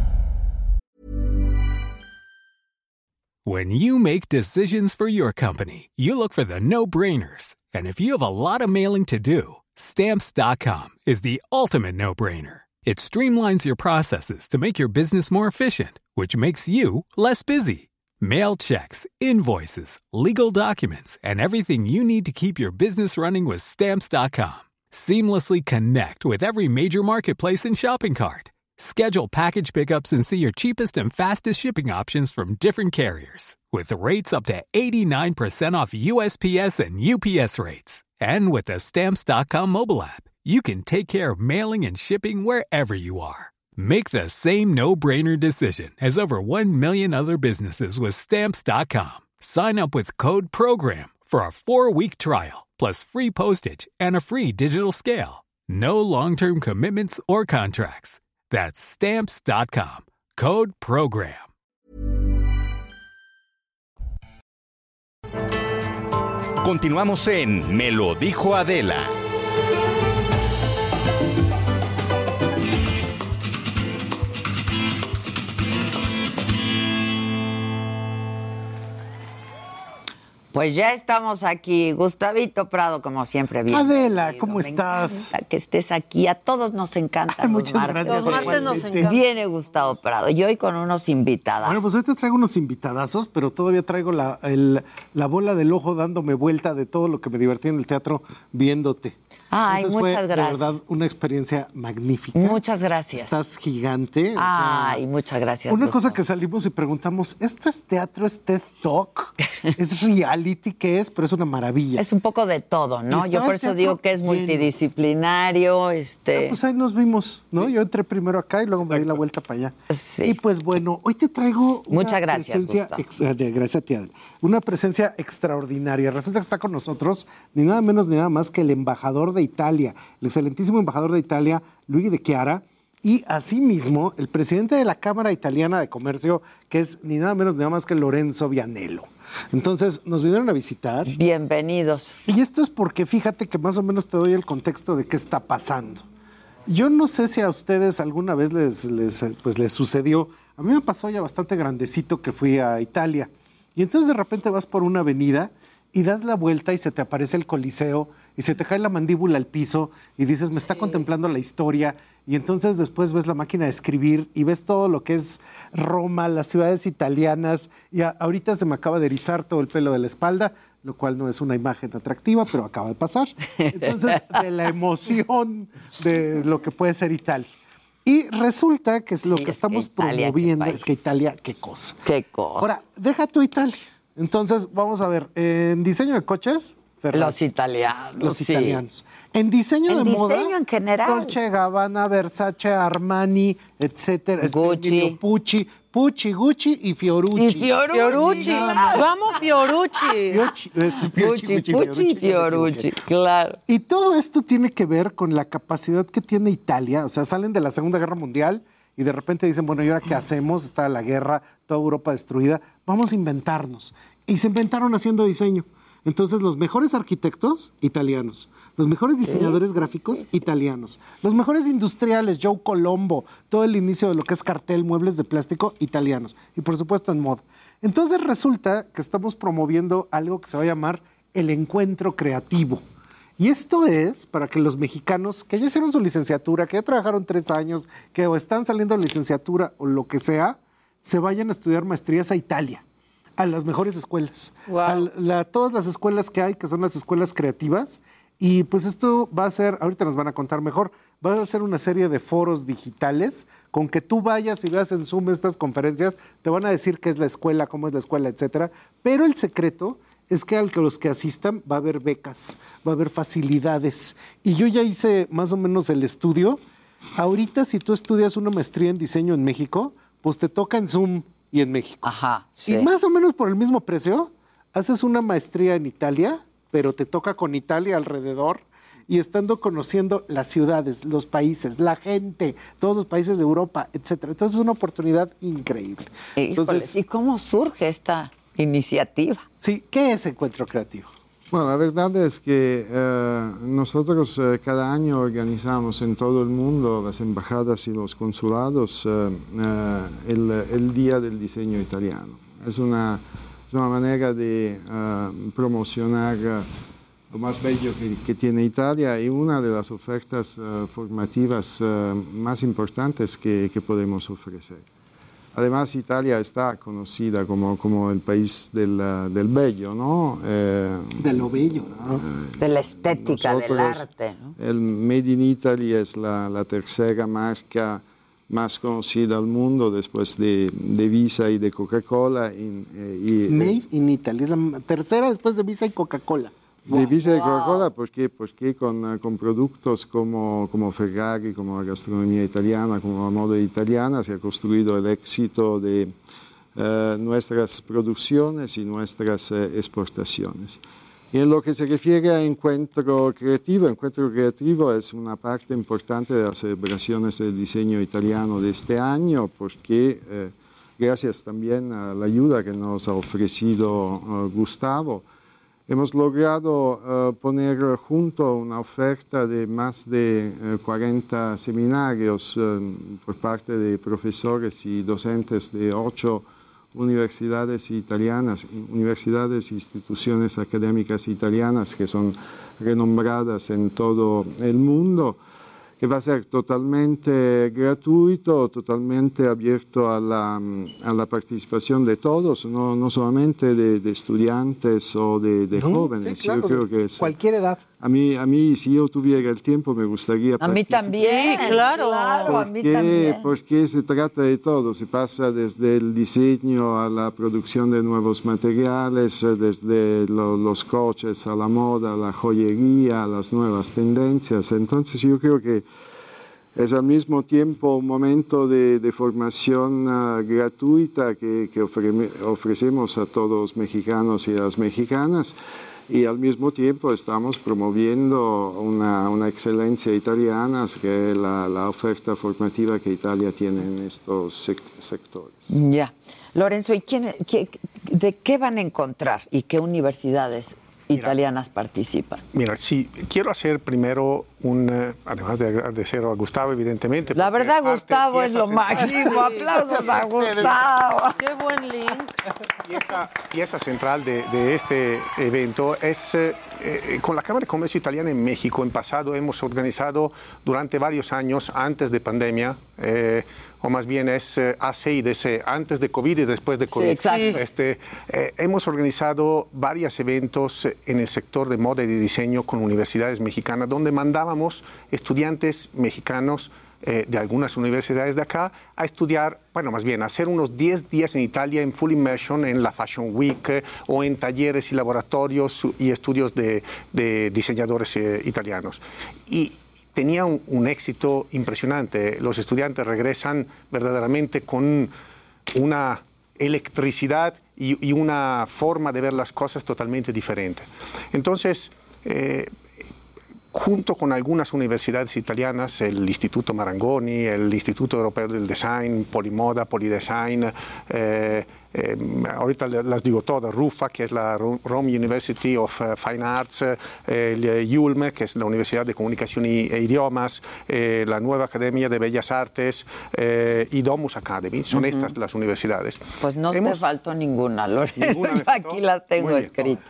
When you make decisions for your company, you look for the no-brainers. And if you have a lot of mailing to do, Stamps.com is the ultimate no-brainer. It streamlines your processes to make your business more efficient, which makes you less busy. Mail checks, invoices, legal documents, and everything you need to keep your business running with Stamps.com. Seamlessly connect with every major marketplace and shopping cart. Schedule package pickups and see your cheapest and fastest shipping options from different carriers, with rates up to 89% off USPS and UPS rates. And with the Stamps.com mobile app, you can take care of mailing and shipping wherever you are. Make the same no-brainer decision as over 1 million other businesses with Stamps.com. Sign up with code PROGRAM for a 4-week trial, plus free postage and a free digital scale. No long-term commitments or contracts. That's Stamps.com. Code PROGRAM. Continuamos en Me lo dijo Adela. Pues ya estamos aquí. Gustavito Prado, como siempre, bien. Adela, ¿cómo estás? Que estés aquí. A todos nos encanta. Muchas gracias. Los martes nos encanta. Viene Gustavo Prado. Y hoy con unos invitados. Bueno, pues hoy te traigo unos invitadazos, pero todavía traigo la bola del ojo dándome vuelta de todo lo que me divertí en el teatro viéndote. Ay, entonces muchas gracias. De verdad, una experiencia magnífica. Muchas gracias. Estás gigante. Ay, muchas gracias. Una Gustavo. cosa que salimos y preguntamos, ¿esto es teatro, es TED Talk? ¿Es reality? ¿Qué es? Pero es una maravilla. Es un poco de todo, ¿no? Yo por eso digo que es multidisciplinario. Pues ahí nos vimos, ¿no? Yo entré primero acá y luego me di la vuelta para allá. Sí. Y pues bueno, hoy te traigo muchas gracias, gracias a ti, Adela. Una presencia extraordinaria. Resulta que está con nosotros ni nada menos ni nada más que el embajador de Italia, el excelentísimo embajador de Italia, Luigi De Chiara, y asimismo el presidente de la Cámara Italiana de Comercio, que es ni nada menos ni nada más que Lorenzo Vianello. Entonces, nos vinieron a visitar. Bienvenidos. Y esto es porque fíjate que más o menos te doy el contexto de qué está pasando. Yo no sé si a ustedes alguna vez les sucedió. A mí me pasó ya bastante grandecito que fui a Italia. Y entonces de repente vas por una avenida y das la vuelta y se te aparece el Coliseo y se te cae la mandíbula al piso y dices, me está contemplando la historia. Y entonces después ves la máquina de escribir y ves todo lo que es Roma, las ciudades italianas. Y ahorita se me acaba de erizar todo el pelo de la espalda, lo cual no es una imagen atractiva, pero acaba de pasar. Entonces, de la emoción de lo que puede ser Italia. Y resulta que es lo que estamos promoviendo, es que Italia, qué cosa. Qué cosa. Ahora, deja tu Italia. Entonces, vamos a ver, en diseño de coches, Ferrari. Los italianos. Los italianos. En diseño de moda. En diseño en general. Dolce Gabbana, Versace, Armani, etcétera. Gucci. Pucci, Gucci y Fiorucci. Fiorucci. Vamos, Fiorucci. Pucci y Fiorucci, claro. Y todo esto tiene que ver con la capacidad que tiene Italia. O sea, salen de la Segunda Guerra Mundial y de repente dicen, bueno, ¿y ahora qué hacemos? Está la guerra, toda Europa destruida. Vamos a inventarnos. Y se inventaron haciendo diseño. Entonces, los mejores arquitectos, italianos. Los mejores diseñadores gráficos, italianos. Los mejores industriales, Joe Colombo, todo el inicio de lo que es cartel, muebles de plástico, italianos. Y, por supuesto, en moda. Entonces, resulta que estamos promoviendo algo que se va a llamar el encuentro creativo. Y esto es para que los mexicanos que ya hicieron su licenciatura, que ya trabajaron 3 años, que o están saliendo de licenciatura o lo que sea, se vayan a estudiar maestrías a Italia. a las mejores escuelas, Wow. todas las escuelas que hay, que son las escuelas creativas, y pues esto va a ser, ahorita nos van a contar mejor, va a ser una serie de foros digitales, con que tú vayas y veas en Zoom estas conferencias, te van a decir qué es la escuela, cómo es la escuela, etcétera, pero el secreto es que a los que asistan va a haber becas, va a haber facilidades, y yo ya hice más o menos el estudio. Ahorita, si tú estudias una maestría en diseño en México, pues te toca en Zoom y en México. Ajá, sí. Y más o menos por el mismo precio, haces una maestría en Italia, pero te toca con Italia alrededor y estando conociendo las ciudades, los países, la gente, todos los países de Europa, etcétera. Entonces es una oportunidad increíble. Entonces, ¿y cómo surge esta iniciativa? Sí, ¿qué es Encuentro Creativo? Bueno, la verdad es que nosotros cada año organizamos en todo el mundo, las embajadas y los consulados, el Día del Diseño Italiano. Es una manera de promocionar lo más bello que tiene Italia y una de las ofertas formativas más importantes que podemos ofrecer. Además, Italia está conocida como el país del bello, ¿no? De lo bello, ¿no? De la estética, del arte, ¿no? El Made in Italy es la tercera marca más conocida al mundo después de Visa y de Coca-Cola. Made in Italy, es la tercera después de Visa y Coca-Cola. De Visa y Coca-Cola, porque con productos como Ferrari, como la gastronomía italiana, como la moda italiana, se ha construido el éxito de nuestras producciones y nuestras exportaciones. Y en lo que se refiere a Encuentro Creativo es una parte importante de las celebraciones del diseño italiano de este año, porque gracias también a la ayuda que nos ha ofrecido Gustavo, hemos logrado poner junto una oferta de más de 40 seminarios por parte de profesores y docentes de 8 universidades italianas, universidades e instituciones académicas italianas que son renombradas en todo el mundo, que va a ser totalmente gratuito, totalmente abierto a la participación de todos, no solamente de estudiantes o de jóvenes. Sí, claro, yo creo que es, cualquier edad. A mí, si yo tuviera el tiempo, me gustaría A mí participar. también, Sí, claro. a mí también. Porque se trata de todo, se pasa desde el diseño a la producción de nuevos materiales, desde los coches a la moda, a la joyería, a las nuevas tendencias. Entonces yo creo que es al mismo tiempo un momento de formación gratuita que ofrecemos a todos los mexicanos y a las mexicanas. Y al mismo tiempo estamos promoviendo una excelencia italiana, que es la oferta formativa que Italia tiene en estos sectores. Ya. Lorenzo, ¿y de qué van a encontrar y qué universidades italianas participan? Mira, sí, quiero hacer primero además de agradecer a Gustavo, evidentemente. La verdad, Gustavo es lo máximo. Aplausos a Gustavo. Qué buen link. Pieza central de este evento es, con la Cámara de Comercio Italiana en México, en pasado hemos organizado durante varios años, antes de pandemia, o más bien es AC y DC, antes de COVID y después de COVID. Sí, exacto. Hemos organizado varios eventos en el sector de moda y de diseño con universidades mexicanas, donde mandábamos estudiantes mexicanos de algunas universidades de acá a estudiar, bueno, más bien, a hacer unos 10 días en Italia en full immersion en la Fashion Week o en talleres y laboratorios y estudios de diseñadores italianos. Y tenía un éxito impresionante. Los estudiantes regresan verdaderamente con una electricidad y una forma de ver las cosas totalmente diferente. Entonces, junto con algunas universidades italianas, el Instituto Marangoni, el Instituto Europeo del Design, Polimoda, Polidesign, ahorita las digo todas, RUFA, que es la Rome University of Fine Arts, el ULM, que es la Universidad de Comunicación e Idiomas, la Nueva Academia de Bellas Artes y Domus Academy. Son estas las universidades. Pues no te faltó ninguna, Lorenzo. Aquí las tengo escritas.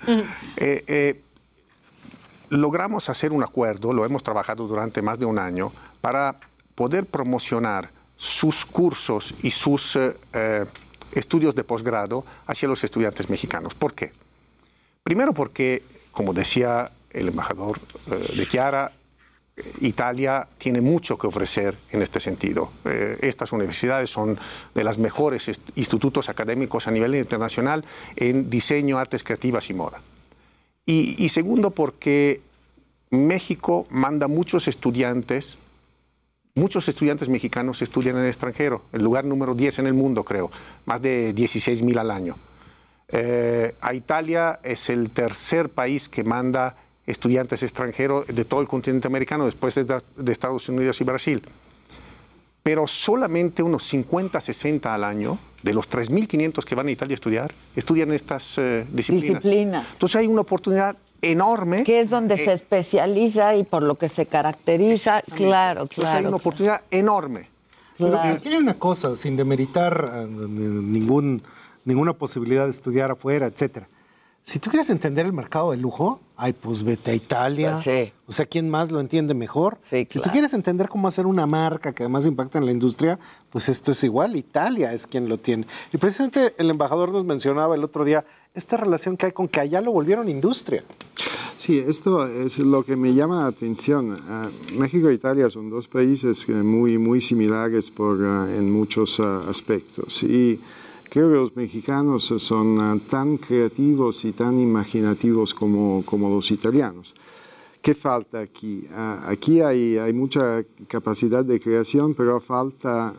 Logramos hacer un acuerdo, lo hemos trabajado durante más de un año, para poder promocionar sus cursos y sus estudios de posgrado hacia los estudiantes mexicanos. ¿Por qué? Primero porque, como decía el embajador de Chiara, Italia tiene mucho que ofrecer en este sentido. Estas universidades son de los mejores institutos académicos a nivel internacional en diseño, artes creativas y moda. Y segundo, porque México manda muchos estudiantes mexicanos estudian en el extranjero, el lugar número 10 en el mundo, creo, más de 16,000 al año. A Italia es el tercer país que manda estudiantes extranjeros de todo el continente americano, después de Estados Unidos y Brasil. Pero solamente unos 50, 60 al año, de los 3.500 que van a Italia a estudiar, estudian estas disciplinas. Entonces hay una oportunidad enorme. Que es donde se especializa y por lo que se caracteriza. Claro, Entonces hay una oportunidad enorme. Pero aquí hay una cosa, sin demeritar ninguna posibilidad de estudiar afuera, etcétera. Si tú quieres entender el mercado del lujo, pues vete a Italia. Pues sí. O sea, ¿quién más lo entiende mejor? Sí, Si tú quieres entender cómo hacer una marca que además impacta en la industria, pues esto es igual. Italia es quien lo tiene. Y precisamente el embajador nos mencionaba el otro día esta relación que hay con que allá lo volvieron industria. Sí, esto es lo que me llama la atención. México e Italia son dos países muy similares en muchos aspectos. Y creo que los mexicanos son tan creativos y tan imaginativos como los italianos. ¿Qué falta aquí? Aquí hay mucha capacidad de creación, pero falta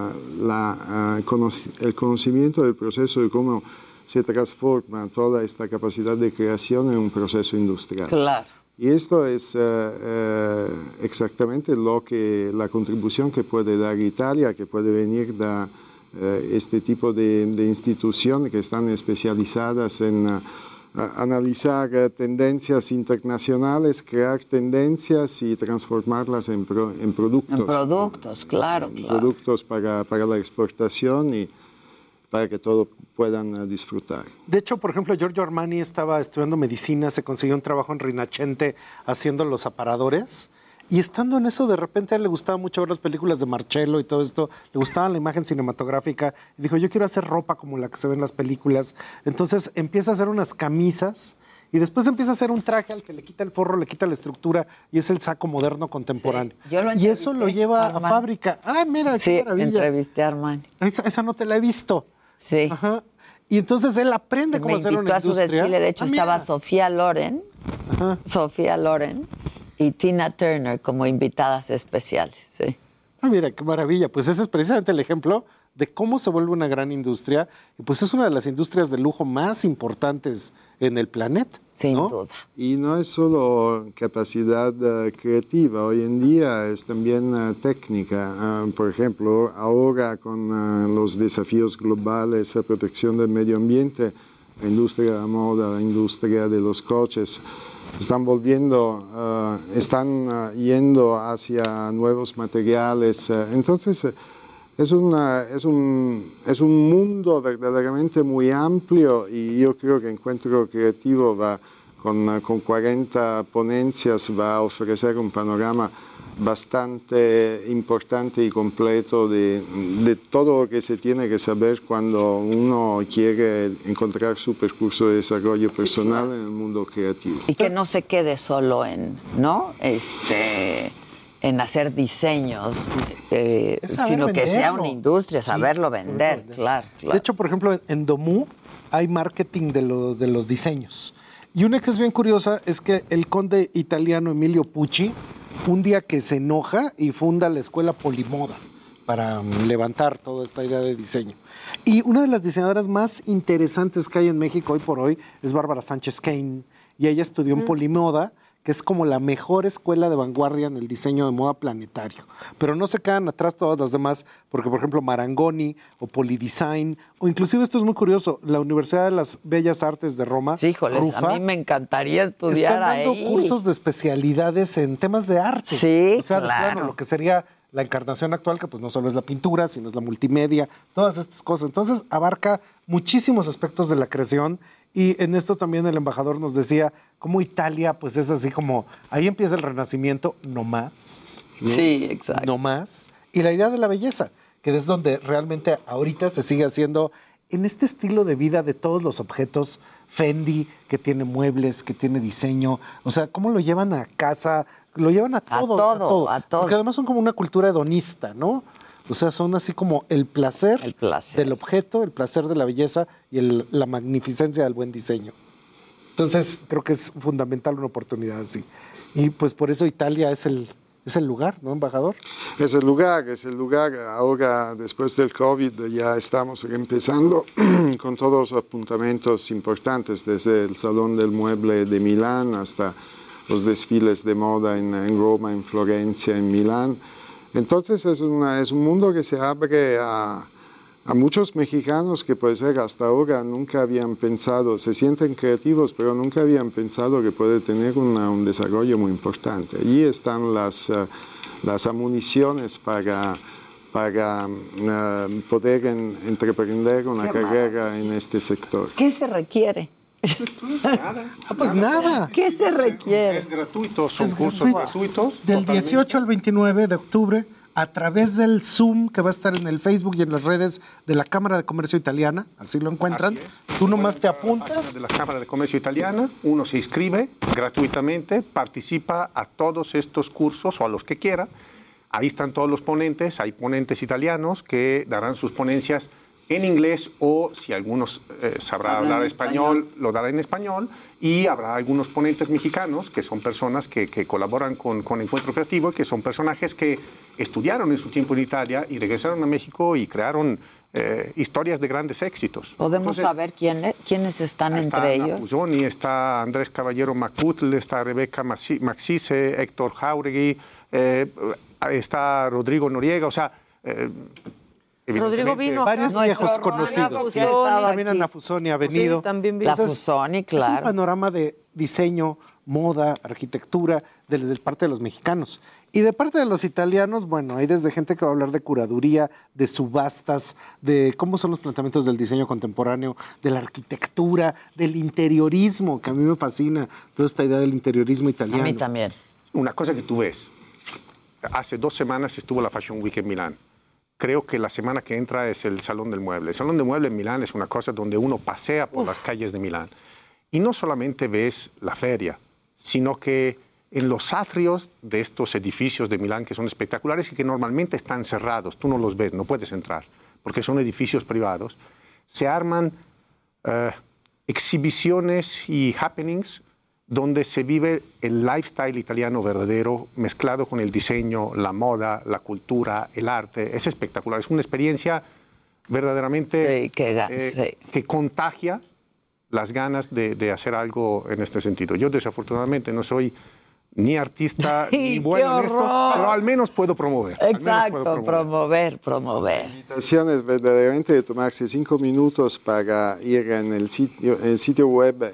el conocimiento del proceso de cómo se transforma toda esta capacidad de creación en un proceso industrial. Claro. Y esto es exactamente la contribución que puede dar Italia, que puede venir de este tipo de instituciones que están especializadas en analizar tendencias internacionales, crear tendencias y transformarlas en productos. En productos, claro. Productos para la exportación y para que todos puedan disfrutar. De hecho, por ejemplo, Giorgio Armani estaba estudiando medicina, se consiguió un trabajo en Rinascente haciendo los aparadores. Y estando en eso, de repente a él le gustaba mucho ver las películas de Marcello y todo esto, le gustaba la imagen cinematográfica, y dijo, yo quiero hacer ropa como la que se ve en las películas. Entonces empieza a hacer unas camisas, y después empieza a hacer un traje al que le quita el forro, le quita la estructura, y es el saco moderno contemporáneo. Sí, yo lo y eso lo lleva a fábrica. Ah, mira, qué maravilla. Sí, entrevisté a Armani. Esa no te la he visto. Sí. Ajá. Y entonces él aprende cómo hacer una industria. Me invitó a su desfile, de hecho estaba Sofía Loren, y Tina Turner como invitadas especiales. Sí. Mira, qué maravilla. Pues ese es precisamente el ejemplo de cómo se vuelve una gran industria. Y pues es una de las industrias de lujo más importantes en el planeta. Sin duda. Y no es solo capacidad creativa, hoy en día es también técnica. Por ejemplo, ahora con los desafíos globales, la protección del medio ambiente, la industria de la moda, la industria de los coches, están yendo hacia nuevos materiales. Entonces, es un mundo verdaderamente muy amplio y yo creo que Encuentro Creativo con 40 ponencias va a ofrecer un panorama bastante importante y completo de todo lo que se tiene que saber cuando uno quiere encontrar su percurso de desarrollo personal en el mundo creativo. Y que no se quede solo en hacer diseños, sino que sea una industria, saberlo vender, claro. De hecho, por ejemplo, en Domú hay marketing de los diseños. Y una que es bien curiosa es que el conde italiano Emilio Pucci, un día que se enoja y funda la escuela Polimoda para levantar toda esta idea de diseño. Y una de las diseñadoras más interesantes que hay en México hoy por hoy es Bárbara Sánchez Kane, y ella estudió en Polimoda, que es como la mejor escuela de vanguardia en el diseño de moda planetario. Pero no se quedan atrás todas las demás, porque por ejemplo Marangoni o Polidesign, o inclusive esto es muy curioso, la Universidad de las Bellas Artes de Roma, a mí me encantaría estudiar ahí. Están dando cursos de especialidades en temas de arte. Sí, o sea, claro, lo que sería la encarnación actual, que pues no solo es la pintura, sino es la multimedia, todas estas cosas. Entonces abarca muchísimos aspectos de la creación. Y en esto también el embajador nos decía cómo Italia, pues es así como, ahí empieza el Renacimiento, no más. ¿no? Sí, exacto. No más. Y la idea de la belleza, que es donde realmente ahorita se sigue haciendo en este estilo de vida de todos los objetos Fendi, que tiene muebles, que tiene diseño, o sea, cómo lo llevan a casa, lo llevan a todo. Porque además son como una cultura hedonista, ¿no? O sea, son así como el placer del objeto, el placer de la belleza y la magnificencia del buen diseño. Entonces, creo que es fundamental una oportunidad así. Y pues por eso Italia es el lugar, ¿no, embajador? Es el lugar. Ahora, después del COVID, ya estamos empezando con todos los apuntamientos importantes, desde el Salón del Mueble de Milán hasta los desfiles de moda en Roma, en Florencia, en Milán. Entonces es un mundo que se abre a muchos mexicanos que puede ser hasta ahora nunca habían pensado, se sienten creativos, pero nunca habían pensado que puede tener un desarrollo muy importante. Allí están las municiones para poder emprender una carrera en este sector. ¿Qué se requiere? Pues nada. ¿Qué se requiere? Es gratuito, son cursos gratuitos. Del 18 al 29 de octubre, a través del Zoom que va a estar en el Facebook y en las redes de la Cámara de Comercio Italiana, así lo encuentran. Tú nomás te apuntas. De la Cámara de Comercio Italiana, uno se inscribe gratuitamente, participa a todos estos cursos o a los que quiera. Ahí están todos los ponentes, hay ponentes italianos que darán sus ponencias en inglés o si algunos sabrá hablar español, lo dará en español, y habrá algunos ponentes mexicanos que son personas que colaboran con Encuentro Creativo, que son personajes que estudiaron en su tiempo en Italia y regresaron a México y crearon historias de grandes éxitos. ¿Podemos saber quiénes están entre ellos? Está Ana Fusoni, está Andrés Caballero Macutl, está Rebeca Maxise, Héctor Jauregui, está Rodrigo Noriega, o sea... Rodrigo vino. Varios viejos conocidos. También Ana Fusoni ha venido. Sí, también vino. La Fusoni, claro. Es un panorama de diseño, moda, arquitectura, desde parte de los mexicanos. Y de parte de los italianos, bueno, hay desde gente que va a hablar de curaduría, de subastas, de cómo son los planteamientos del diseño contemporáneo, de la arquitectura, del interiorismo, que a mí me fascina toda esta idea del interiorismo italiano. A mí también. Una cosa que tú ves, hace 2 semanas estuvo la Fashion Week en Milán. Creo que la semana que entra es el Salón del Mueble. El Salón del Mueble en Milán es una cosa donde uno pasea por las calles de Milán. Y no solamente ves la feria, sino que en los atrios de estos edificios de Milán, que son espectaculares y que normalmente están cerrados, tú no los ves, no puedes entrar, porque son edificios privados, se arman exhibiciones y happenings donde se vive el lifestyle italiano verdadero, mezclado con el diseño, la moda, la cultura, el arte. Es espectacular, es una experiencia verdaderamente que contagia las ganas de hacer algo en este sentido. Yo desafortunadamente no soy ni artista ni bueno en esto, pero al menos puedo promover. Exacto, promover. La invitación es verdaderamente de tomarse 5 minutos para ir en el sitio web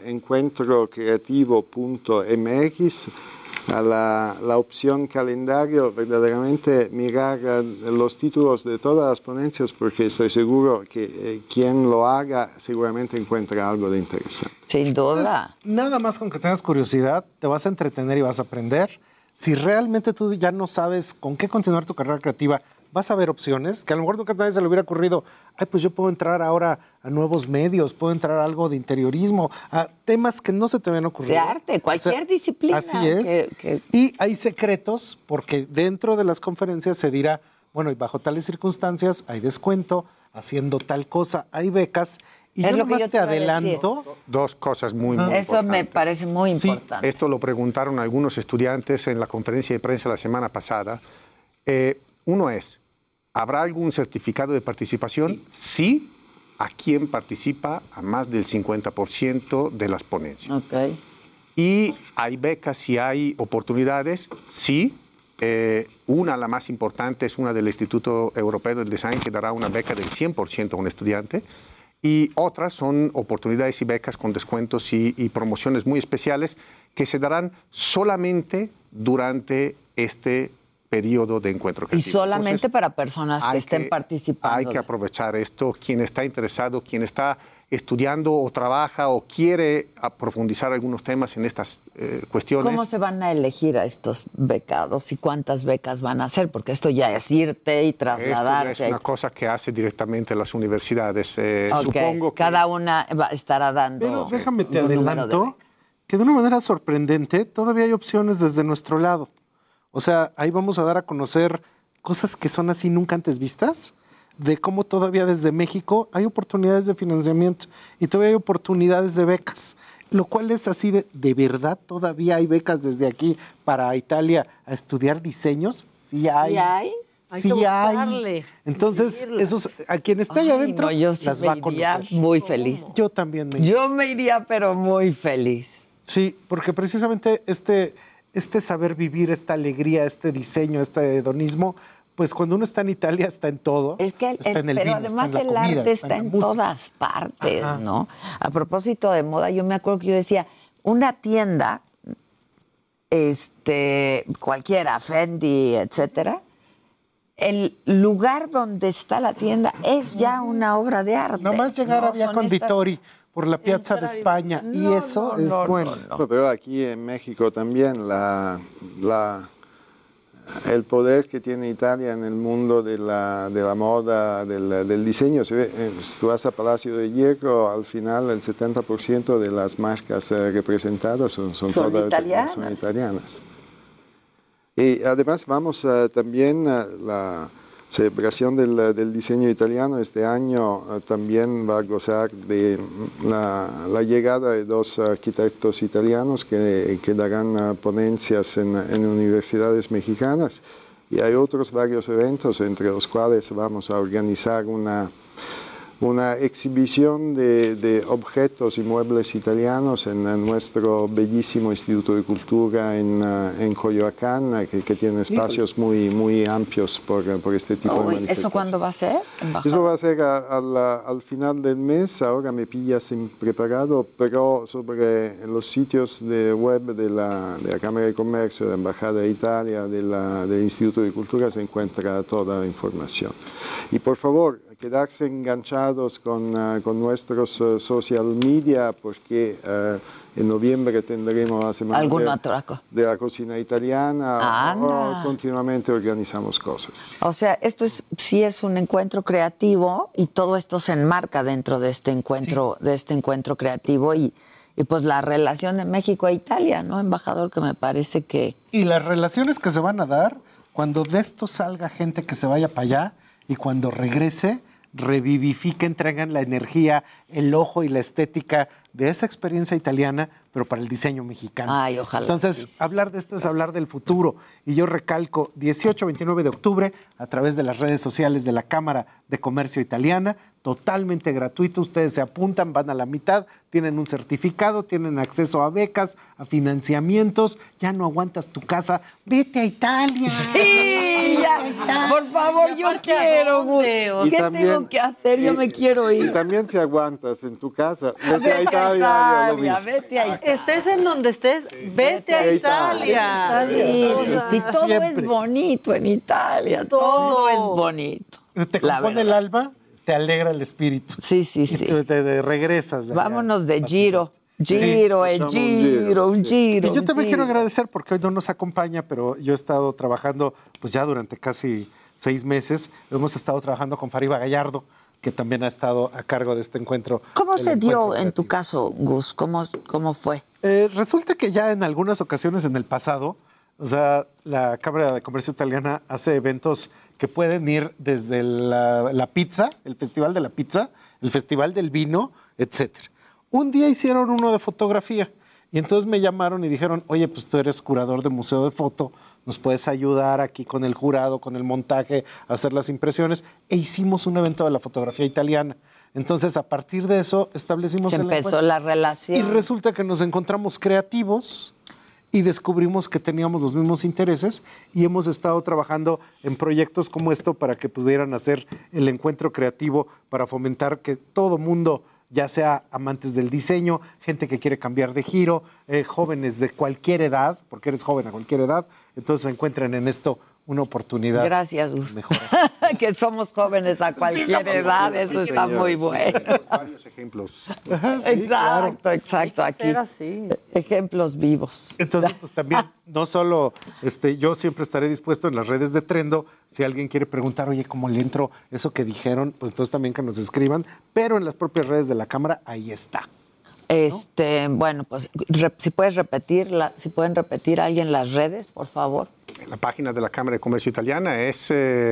encuentrocreativo.mx a la opción calendario, verdaderamente mirar los títulos de todas las ponencias, porque estoy seguro que quien lo haga seguramente encuentra algo de interesante. Sin duda. Entonces, nada más con que tengas curiosidad, te vas a entretener y vas a aprender. Si realmente tú ya no sabes con qué continuar tu carrera creativa, vas a ver opciones que a lo mejor nunca a nadie se le hubiera ocurrido. Ay, pues yo puedo entrar ahora a nuevos medios, puedo entrar a algo de interiorismo, a temas que no se te habían ocurrido. De arte, cualquier disciplina. Así es. Y hay secretos, porque dentro de las conferencias se dirá, bueno, y bajo tales circunstancias hay descuento, haciendo tal cosa, hay becas. Y yo nomás te adelanto. 2 cosas muy importantes. Eso me parece muy importante. Esto lo preguntaron algunos estudiantes en la conferencia de prensa la semana pasada. Uno es, ¿habrá algún certificado de participación? Sí, a quien participa a más del 50% de las ponencias. Okay. Y hay becas y hay oportunidades, sí. La más importante, es una del Instituto Europeo del Design, que dará una beca del 100% a un estudiante. Y otras son oportunidades y becas con descuentos y promociones muy especiales que se darán solamente durante este periodo de Encuentro Creativo. Y solamente para personas que estén participando. Hay que aprovechar esto. Quien está interesado, quien está estudiando o trabaja o quiere profundizar algunos temas en estas cuestiones. ¿Cómo se van a elegir a estos becados y cuántas becas van a hacer? Porque esto ya es irte y trasladarte. Esto ya es una cosa que hace directamente las universidades. Supongo que cada una estará dando. Pero déjame te adelanto que de una manera sorprendente todavía hay opciones desde nuestro lado. O sea, ahí vamos a dar a conocer cosas que son así nunca antes vistas, de cómo todavía desde México hay oportunidades de financiamiento y todavía hay oportunidades de becas, lo cual es así de verdad, todavía hay becas desde aquí para Italia a estudiar diseños. Sí hay. ¿Sí hay? Sí hay. Entonces, esos, a quien está allá adentro, yo sí las me va a iría conocer. muy feliz. Yo también me iría. Yo me iría, pero muy feliz. Sí, porque precisamente este saber vivir, esta alegría, este diseño, este hedonismo, pues cuando uno está en Italia está en todo. Es que está en el pero vino, además está en la el comida, arte está en en la música. todas partes, Ajá. ¿no? A propósito de moda, yo me acuerdo que yo decía, una tienda, cualquiera, Fendi, etcétera, el lugar donde está la tienda es ya una obra de arte. Nomás llegar ¿no? había Son conditori por la Piazza de España y eso es bueno. No, pero aquí en México también el poder que tiene Italia en el mundo de la moda, del diseño, se ve, si tú vas a Palacio de Hierro, al final el 70% de las marcas representadas son todas italianas. Son italianas. Y además vamos también a la celebración del diseño italiano este año también va a gozar de la llegada de dos arquitectos italianos que darán ponencias en universidades mexicanas y hay otros varios eventos entre los cuales vamos a organizar una exhibición de objetos y muebles italianos en nuestro bellísimo Instituto de Cultura en Coyoacán, que tiene espacios muy amplios por este tipo de manifestaciones. ¿Eso cuándo va a ser? Eso va a ser al final del mes, ahora me pillas impreparado, pero sobre los sitios de web de la Cámara de Comercio, de la Embajada de Italia, del Instituto de Cultura se encuentra toda la información. Y por favor, quedarse enganchados con nuestros social media porque en noviembre tendremos la semana de la cocina italiana. Continuamente organizamos cosas. O sea, esto sí es un encuentro creativo y todo esto se enmarca dentro de este encuentro, de este encuentro creativo y pues la relación de México e Italia, ¿no, embajador? Que me parece que... Y las relaciones que se van a dar cuando de esto salga gente que se vaya para allá y cuando regrese, revivifiquen, traigan la energía, el ojo y la estética de esa experiencia italiana, pero para el diseño mexicano. Ay, ojalá. Entonces, hablar de esto es hablar del futuro. Y yo recalco, 18-29 de octubre, a través de las redes sociales de la Cámara de Comercio Italiana, totalmente gratuito. Ustedes se apuntan, van a la mitad, tienen un certificado, tienen acceso a becas, a financiamientos. Ya no aguantas tu casa, vete a Italia. Sí, ya. Por favor, yo quiero. ¿Qué tengo que hacer? Yo me quiero ir. Y también si aguantas en tu casa, vete a Italia. Vete a Italia. Estés en donde estés, vete a Italia. Sí, todo es bonito en Italia. Todo es bonito. Te compone el alma, te alegra el espíritu. Sí. Y te regresas. Vámonos de Giro. Un giro. Y yo también quiero agradecer porque hoy no nos acompaña, pero yo he estado trabajando pues ya durante casi 6 meses. Hemos estado trabajando con Fariba Gallardo, que también ha estado a cargo de este encuentro. ¿Cómo se dio en tu caso, Gus? ¿Cómo fue? Resulta que ya en algunas ocasiones en el pasado, o sea, la Cámara de Comercio Italiana hace eventos que pueden ir desde la pizza, el Festival de la Pizza, el Festival del Vino, etcétera. Un día hicieron uno de fotografía y entonces me llamaron y dijeron, oye, pues tú eres curador de museo de foto, nos puedes ayudar aquí con el jurado, con el montaje, a hacer las impresiones. E hicimos un evento de la fotografía italiana. Entonces, a partir de eso, establecimos el encuentro. Se empezó la relación. Y resulta que nos encontramos creativos y descubrimos que teníamos los mismos intereses y hemos estado trabajando en proyectos como esto para que pudieran hacer el encuentro creativo para fomentar que todo mundo, ya sea amantes del diseño, gente que quiere cambiar de giro, jóvenes de cualquier edad, porque eres joven a cualquier edad, entonces se encuentran en esto una oportunidad. Gracias, Gus. Mejor. Que somos jóvenes a cualquier edad, eso está muy bueno. Varios ejemplos. Exacto. Aquí, ejemplos vivos. Entonces, pues también, no solo, yo siempre estaré dispuesto en las redes de Trendo, si alguien quiere preguntar, oye, ¿cómo le entro eso que dijeron? Pues entonces también que nos escriban, pero en las propias redes de la Cámara, ahí está. Bueno, pues si pueden repetir alguien las redes, por favor. La página de la Cámara de Comercio Italiana es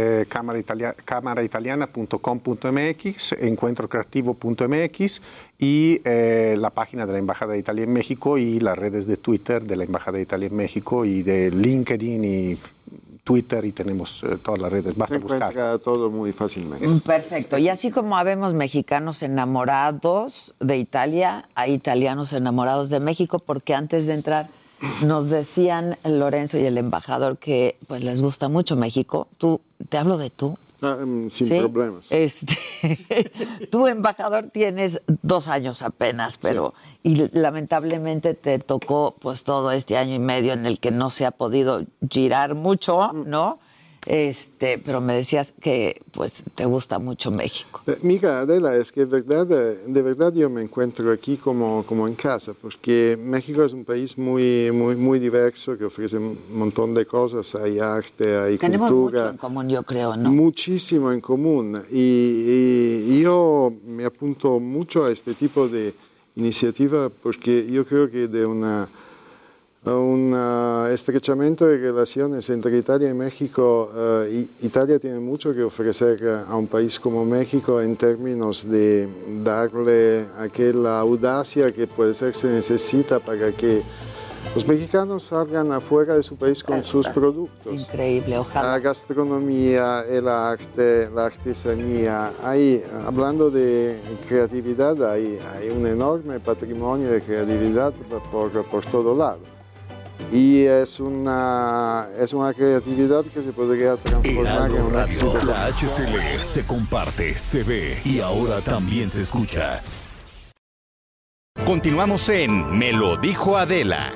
camaraitaliana.com.mx, encuentrocreativo.mx y la página de la Embajada de Italia en México y las redes de Twitter de la Embajada de Italia en México y de LinkedIn y Twitter, y tenemos todas las redes. Basta buscar. Se encuentra todo muy fácilmente. Perfecto. Y así como habemos mexicanos enamorados de Italia, hay italianos enamorados de México, porque antes de entrar nos decían Lorenzo y el embajador que pues les gusta mucho México. Te hablo de tú. Sin problemas. Tú, embajador, tienes 2 años apenas, pero y lamentablemente te tocó pues todo este año y medio en el que no se ha podido girar mucho, ¿no? Pero me decías que pues te gusta mucho México. Mira, Adela, es que de verdad yo me encuentro aquí como en casa, porque México es un país muy diverso, que ofrece un montón de cosas, hay arte, hay Tenemos cultura. Mucho en común, yo creo, ¿no? Muchísimo en común. Y yo me apunto mucho a este tipo de iniciativa porque yo creo que de un estrechamiento de relaciones entre Italia y México, Italia tiene mucho que ofrecer a un país como México en términos de darle aquella audacia que puede ser se necesita para que los mexicanos salgan afuera de su país con sus productos. Increíble, ojalá. La gastronomía, el arte, la artesanía. Hablando de creatividad, hay un enorme patrimonio de creatividad por todo lado. Y es una creatividad que se podría transformar en un éxito. La HCL se comparte, se ve y ahora también se escucha. Continuamos en Me lo dijo Adela.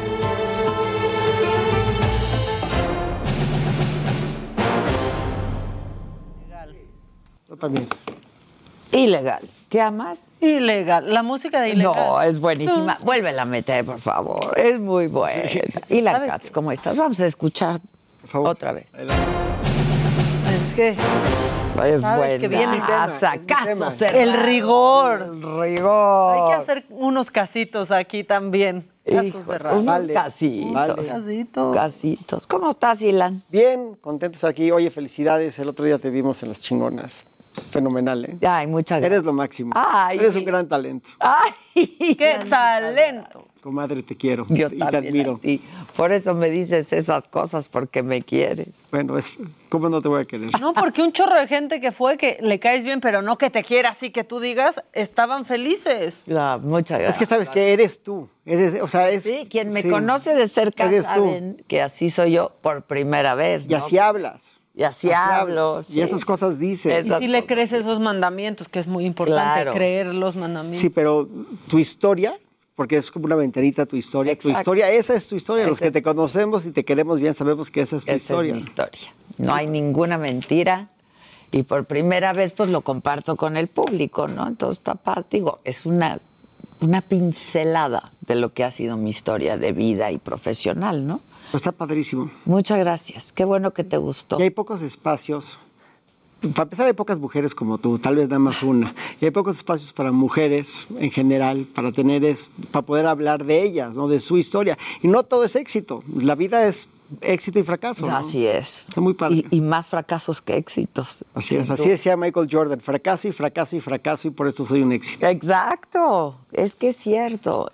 Yo también. Ilegal. ¿Qué amas? Ilegal. La música de Ilegal. No, es buenísima. Vuélvela a meter, por favor. Es muy buena. Sí. Y la Katz, ¿cómo estás? Vamos a escuchar otra vez. Es que... Es sabes que viene caso el rigor. El rigor. Hay que hacer unos casitos aquí también. Casos cerrados. Unos casitos. ¿Cómo estás, Ilan? Bien, contentos aquí. Oye, felicidades. El otro día te vimos en Las Chingonas. Fenomenal, ¿eh? Ay, muchas gracias. Eres lo máximo. Ay. Eres un gran talento. ¡Ay! ¡Qué talento! Comadre, te quiero. Yo y también te admiro. a ti. Por eso me dices esas cosas, porque me quieres. Bueno, ¿cómo no te voy a querer? No, porque un chorro de gente que fue, que le caes bien, pero no que te quiera así que tú digas, estaban felices. Muchas gracias. Es que sabes que eres tú. Sí, quien me conoce de cerca saben que así soy yo por primera vez. Y así hablas. Y así hablo. Y esas cosas dices. Y si le crees esos mandamientos, que es muy importante, Claro. creer los mandamientos. Sí, pero tu historia, porque es como una ventanita tu historia. Exacto. Tu historia, esa es tu historia. Los Esa que es- te conocemos y te queremos bien sabemos que esa es tu historia. Es mi historia. No hay ninguna mentira. Y por primera vez, pues lo comparto con el público, ¿no? Entonces, digo, es una pincelada de lo que ha sido mi historia de vida y profesional, ¿no? Está padrísimo. Muchas gracias. Qué bueno que te gustó. Y hay pocos espacios. Para empezar, hay pocas mujeres como tú, tal vez nada más una. Y hay pocos espacios para mujeres en general, para poder hablar de ellas, ¿no? De su historia. Y no todo es éxito. La vida es éxito y fracaso, ¿no? Así es. Está muy padre. Y más fracasos que éxitos. Así es, así decía Michael Jordan, fracaso y fracaso y fracaso y por eso soy un éxito. Exacto, es que es cierto.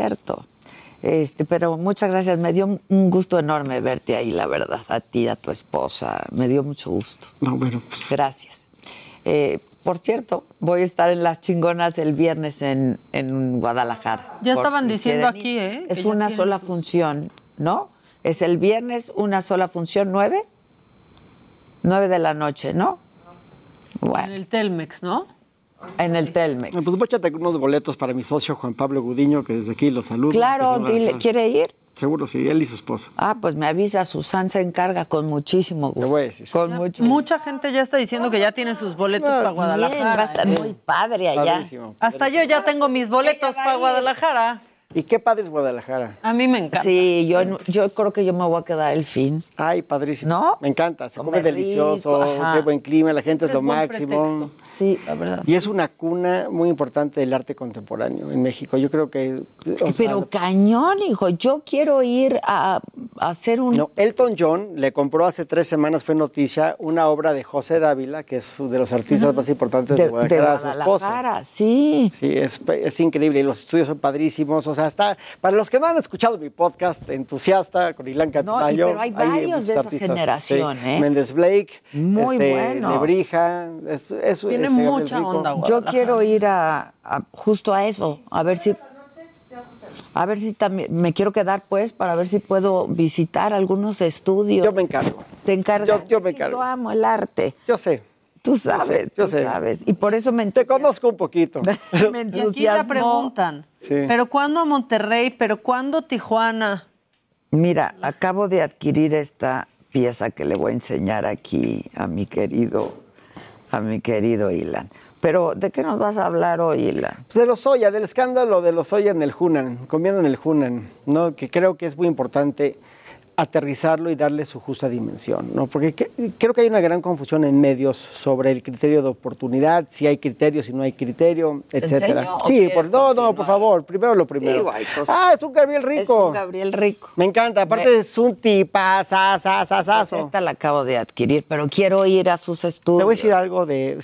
Pero muchas gracias, me dio un gusto enorme verte ahí, la verdad, a ti, a tu esposa, me dio mucho gusto. No, bueno, pues... Gracias. Por cierto, voy a estar en Las Chingonas el viernes en Guadalajara. Ya Por estaban si diciendo quieren aquí, ir. ¿eh? Es que ya una tienen sola su- función, ¿no? Es el viernes, una sola función, 9 de la noche, ¿no? En Bueno, el Telmex, ¿no? en el Telmex. Pues voy a echarte unos boletos para mi socio Juan Pablo Gudiño, que desde aquí lo saludo. Claro, que se va a dile, dejar. ¿quiere ir? Seguro sí, él y su esposa. Ah, pues me avisa, Susan se encarga con muchísimo gusto. Te voy a decir. Con mucho Mucha gente ya está diciendo que ya tiene sus boletos para Guadalajara. Bien, va a estar muy padre allá. Padrísimo. Hasta yo ya tengo mis boletos para Guadalajara. Y qué padre es Guadalajara. A mí me encanta. Sí, yo creo que yo me voy a quedar el fin. Ay, padrísimo. ¿No? Me encanta, se come Comer delicioso, rico, ajá. qué buen clima, la gente es lo buen máximo. pretexto. Sí, la verdad. Y es una cuna muy importante del arte contemporáneo en México. Yo creo que... o sea, Pero cañón, hijo. Yo quiero ir a hacer un... No, Elton John le compró hace 3 semanas, fue noticia, una obra de José Dávila, que es de los artistas más importantes de Guadalajara, a su esposa. Sí. Sí, es increíble. Y los estudios son padrísimos. O sea, está... Para los que no han escuchado mi podcast, Entusiasta, con Ilan Catzmayo. pero hay varios de esa generación, sí. ¿eh? Méndez Blake. Muy buenos. Lebrija. Tiene mucha onda, Yo Guadalajara. quiero ir justo a eso, a ver si también me quiero quedar pues para ver si puedo visitar algunos estudios. Yo me encargo. ¿Te encargas? Yo me encargo. Yo amo el arte. Yo sé. Tú sabes, yo tú sé. sabes. Y por eso me Te conozco un poquito. me Y aquí te entusiasmó. preguntan, Sí. ¿pero cuándo Monterrey? ¿Pero cuándo Tijuana? Mira, acabo de adquirir esta pieza que le voy a enseñar aquí a mi querido Ilan. Pero, ¿de qué nos vas a hablar hoy, Ilan? Pues de Lozoya, del escándalo de Lozoya en el Hunan, comiendo en el Hunan, ¿no? Que creo que es muy importante aterrizarlo y darle su justa dimensión, ¿no? Porque creo que hay una gran confusión en medios sobre el criterio de oportunidad, si hay criterio, si no hay criterio, etcétera. enseño? Sí, por favor, primero lo primero. Digo, hay cosas- Es un Gabriel Rico. Es un Gabriel Rico. Me encanta, aparte es un tipazazazazazo. Pues esta la acabo de adquirir, pero quiero ir a sus estudios. Te voy a decir algo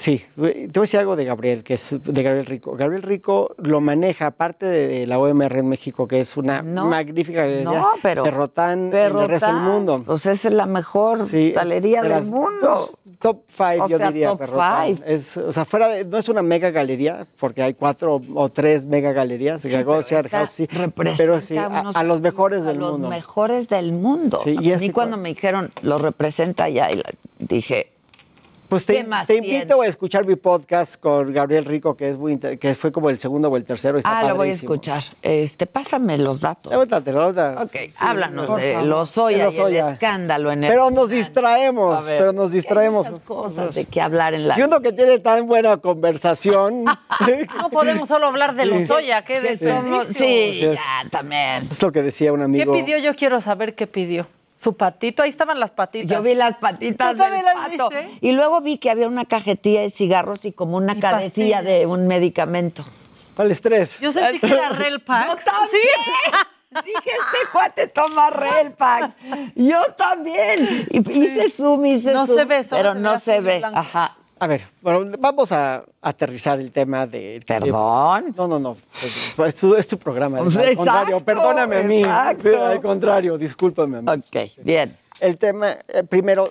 de Gabriel, que es de Gabriel Rico. Gabriel Rico lo maneja, aparte de la OMR en México, que es una magnífica galería. No, pero Perrotán en el resto del mundo. Pues esa es la mejor galería de del las mundo. Top 5, O yo sea, diría, top Perrotán. five. O sea, no es una mega galería, porque hay 4 o 3 mega galerías. Sí, Gago, pero Share esta House, sí. representa Pero sí, unos- a los mejores a del los mundo. mejores del mundo. Sí, y a este mí cuando me dijeron, lo representa ya, dije, Pues ¿qué más te tiene? invito a escuchar mi podcast con Gabriel Rico, que es que fue como el segundo o el tercero. Está lo voy a padrísimo. escuchar. Pásame los datos. Ahorita. Ok, háblanos de Lozoya y el escándalo en el... Pero nos distraemos, A ver, Hay muchas cosas de qué hablar en la... Y uno que tiene tan buena conversación. No podemos solo hablar de Sí. Lozoya, qué desperdicio. Sí, es. ya, también. Es lo que decía un ¿Qué amigo. pidió? Yo quiero saber qué pidió. Su patito, ahí estaban las patitas. Yo vi las patitas ¿Tú también del las pato. viste? Y luego vi que había una cajetilla de cigarros y como una cadecilla pastillas. de un medicamento. ¿Cuáles 3? Yo sentí que era Relpac. Yo también. Dije, este cuate toma Relpac. Yo también. Y hice zoom. No se ve, solo pero se ve no la se serie ve. blanca. Ajá. A ver, bueno, vamos a aterrizar el tema de... ¿Perdón? No. Es tu programa. Pues al exacto, contrario, perdóname a mí. exacto. Al contrario, discúlpame a mí. Ok, bien. El tema, primero,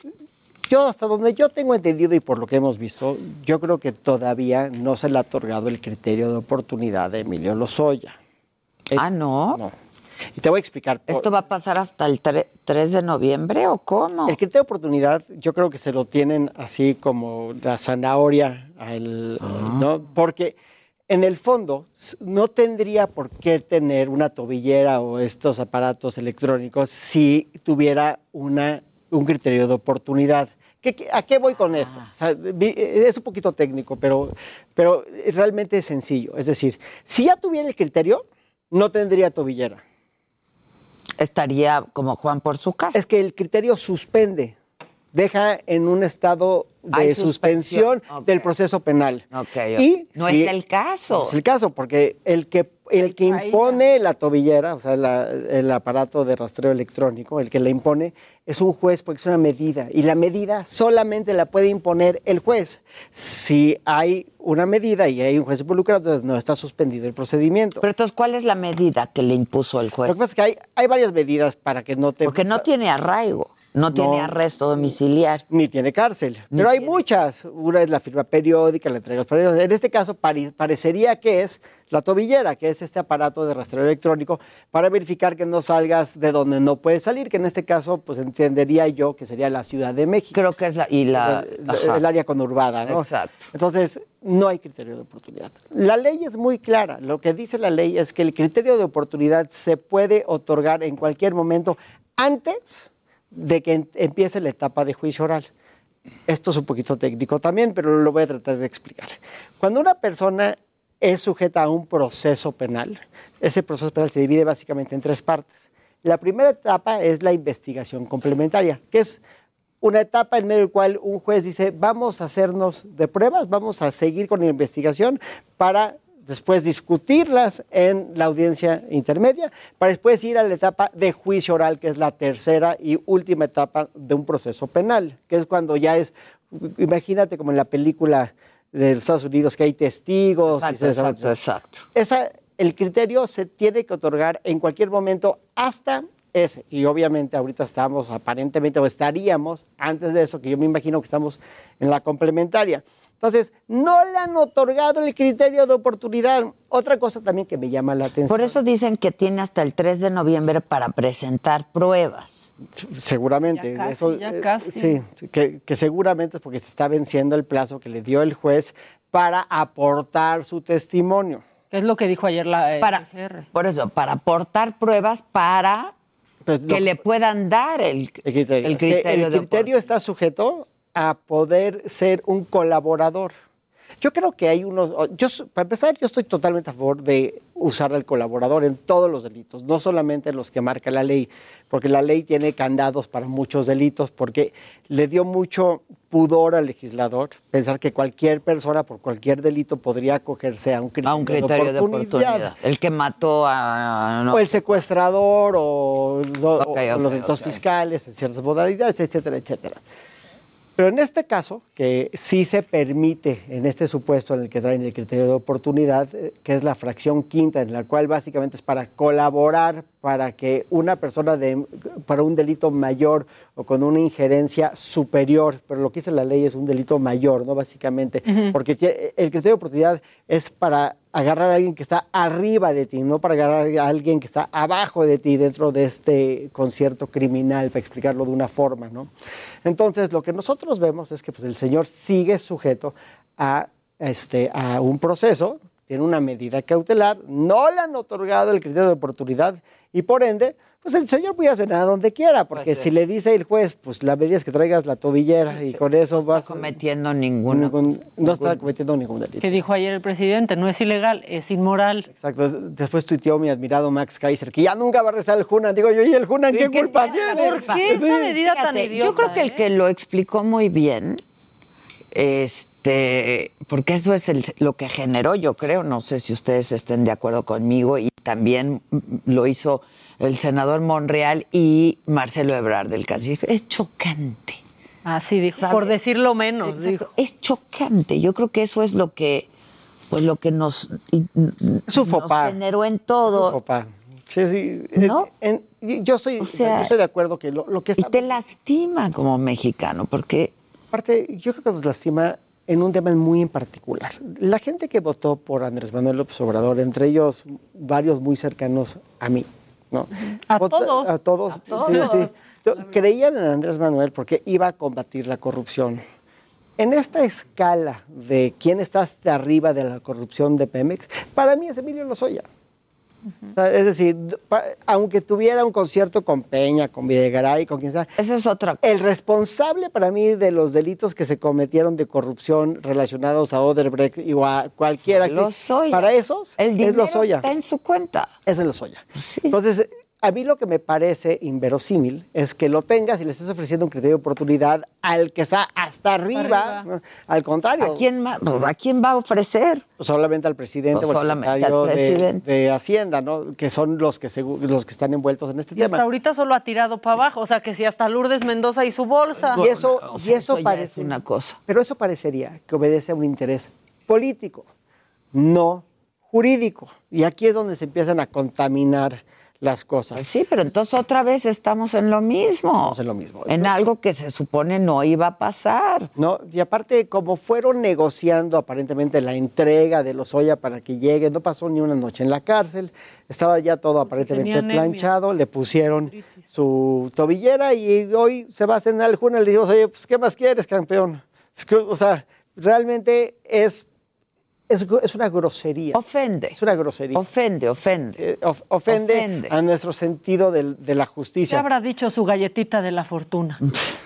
yo hasta donde yo tengo entendido y por lo que hemos visto, yo creo que todavía no se le ha otorgado el criterio de oportunidad de Emilio Lozoya. ¿No? No. Y te voy a explicar. ¿Esto va a pasar hasta el 3 de noviembre o cómo? El criterio de oportunidad yo creo que se lo tienen así como la zanahoria, ¿no? Porque en el fondo no tendría por qué tener una tobillera o estos aparatos electrónicos si tuviera un criterio de oportunidad. ¿A qué voy con esto? O sea, es un poquito técnico, pero realmente es sencillo. Es decir, si ya tuviera el criterio, no tendría tobillera. Estaría como Juan por su casa. Es que el criterio suspende, deja en un estado de suspensión del proceso penal. Y no si- es el caso. No es el caso, porque el que impone la tobillera, o sea, el aparato de rastreo electrónico, el que la impone, es un juez porque es una medida. Y la medida solamente la puede imponer el juez. Si hay una medida y hay un juez involucrado, entonces no está suspendido el procedimiento. Pero entonces, ¿cuál es la medida que le impuso el juez? Lo que pasa es que hay varias medidas para que no te... Porque no tiene arraigo, no tiene arresto domiciliario. Ni tiene cárcel. Pero hay muchas. Una es la firma periódica, la entrega de los periódicos. En este caso parecería que es la tobillera, que es este aparato de rastreo electrónico para verificar que no salgas de donde no puedes salir, que en este caso pues entendería yo que sería la Ciudad de México. Creo que es el área conurbada, ¿no? Exacto. Entonces, no hay criterio de oportunidad. La ley es muy clara. Lo que dice la ley es que el criterio de oportunidad se puede otorgar en cualquier momento antes de que empiece la etapa de juicio oral. Esto es un poquito técnico también, pero lo voy a tratar de explicar. Cuando una persona es sujeta a un proceso penal, ese proceso penal se divide básicamente en 3 partes. La primera etapa es la investigación complementaria, que es una etapa en medio de la cual un juez dice, vamos a hacernos de pruebas, vamos a seguir con la investigación para después discutirlas en la audiencia intermedia, para después ir a la etapa de juicio oral, que es la tercera y última etapa de un proceso penal, que es cuando ya es, imagínate como en la película de Estados Unidos, que hay testigos. Exacto. El criterio se tiene que otorgar en cualquier momento hasta ese. Y obviamente ahorita estamos aparentemente, o estaríamos antes de eso, que yo me imagino que estamos en la complementaria. Entonces, no le han otorgado el criterio de oportunidad. Otra cosa también que me llama la atención. Por eso dicen que tiene hasta el 3 de noviembre para presentar pruebas. Seguramente. Ya casi. Sí, que seguramente es porque se está venciendo el plazo que le dio el juez para aportar su testimonio. Es lo que dijo ayer la PGR. Por eso, para aportar pruebas para que le puedan dar el criterio. El criterio está sujeto a poder ser un colaborador. Yo creo que hay para empezar, yo estoy totalmente a favor de usar al colaborador en todos los delitos, no solamente en los que marca la ley, porque la ley tiene candados para muchos delitos, porque le dio mucho pudor al legislador pensar que cualquier persona por cualquier delito podría acogerse a un criterio de oportunidad. El que mató a... o el secuestrador, o los delitos fiscales en ciertas modalidades, etcétera, etcétera. Pero en este caso, que sí se permite, en este supuesto en el que traen el criterio de oportunidad, que es la fracción quinta, en la cual básicamente es para colaborar para que una persona para un delito mayor o con una injerencia superior, pero lo que dice la ley es un delito mayor, ¿no? Básicamente, porque el criterio de oportunidad es para agarrar a alguien que está arriba de ti, no para agarrar a alguien que está abajo de ti dentro de este concierto criminal, para explicarlo de una forma, ¿no? Entonces, lo que nosotros vemos es que pues, el señor sigue sujeto a un proceso, tiene una medida cautelar, no le han otorgado el criterio de oportunidad y por ende, pues el señor puede hacer nada donde quiera, porque si le dice el juez, pues la medida es que traigas la tobillera y con eso no está cometiendo ningún delito. Que dijo ayer el presidente, no es ilegal, es inmoral. Exacto. Después tuiteó mi admirado Max Kaiser, que ya nunca va a regresar el Hunan. Digo yo, ¿y el Hunan qué culpa tiene? ¿Por qué esa medida tan idiota? Yo creo que el que lo explicó muy bien, porque eso es lo que generó, yo creo, no sé si ustedes estén de acuerdo conmigo, y también lo hizo el senador Monreal y Marcelo Ebrard del caso. Es chocante. Así dijo, ¿sabes? Por decirlo menos. Dijo. Es chocante. Yo creo que eso es lo que nos generó en todo. Sí. ¿No? Yo estoy de acuerdo que lo que está... Y te lastima como mexicano, porque... Aparte, yo creo que nos lastima en un tema muy en particular. La gente que votó por Andrés Manuel López Obrador, entre ellos varios muy cercanos a mí, ¿no? A todos. Sí. Creían en Andrés Manuel porque iba a combatir la corrupción. En esta escala de quién está hasta arriba de la corrupción de Pemex, para mí es Emilio Lozoya. O sea, es decir, aunque tuviera un concierto con Peña, con Videgaray, con quien sea, esa es otra. El responsable para mí de los delitos que se cometieron de corrupción relacionados a Odebrecht y a cualquiera, para esos el es Lozoya. Está en su cuenta. Es de Lozoya. Sí. Entonces, a mí lo que me parece inverosímil es que lo tengas y le estés ofreciendo un criterio de oportunidad al que está hasta arriba. ¿No? Al contrario. ¿A quién va a ofrecer? Solamente al presidente o al secretario de Hacienda, ¿no? Que son los que están envueltos en este tema. Hasta ahorita solo ha tirado para abajo, o sea que si hasta Lourdes Mendoza y su bolsa. Y eso parece una cosa. Pero eso parecería que obedece a un interés político, no jurídico. Y aquí es donde se empiezan a contaminar las cosas. Sí, pero entonces otra vez estamos en lo mismo. Estamos en lo mismo. En algo que se supone no iba a pasar. No, y aparte, como fueron negociando aparentemente la entrega de Lozoya para que llegue, no pasó ni una noche en la cárcel, estaba ya todo aparentemente planchado, le pusieron su tobillera y hoy se va a cenar el Junas, le dijimos, oye, pues, ¿qué más quieres, campeón? O sea, realmente es Es una grosería. Ofende. Es una grosería. Ofende. Ofende a nuestro sentido de la justicia. ¿Qué habrá dicho su galletita de la fortuna?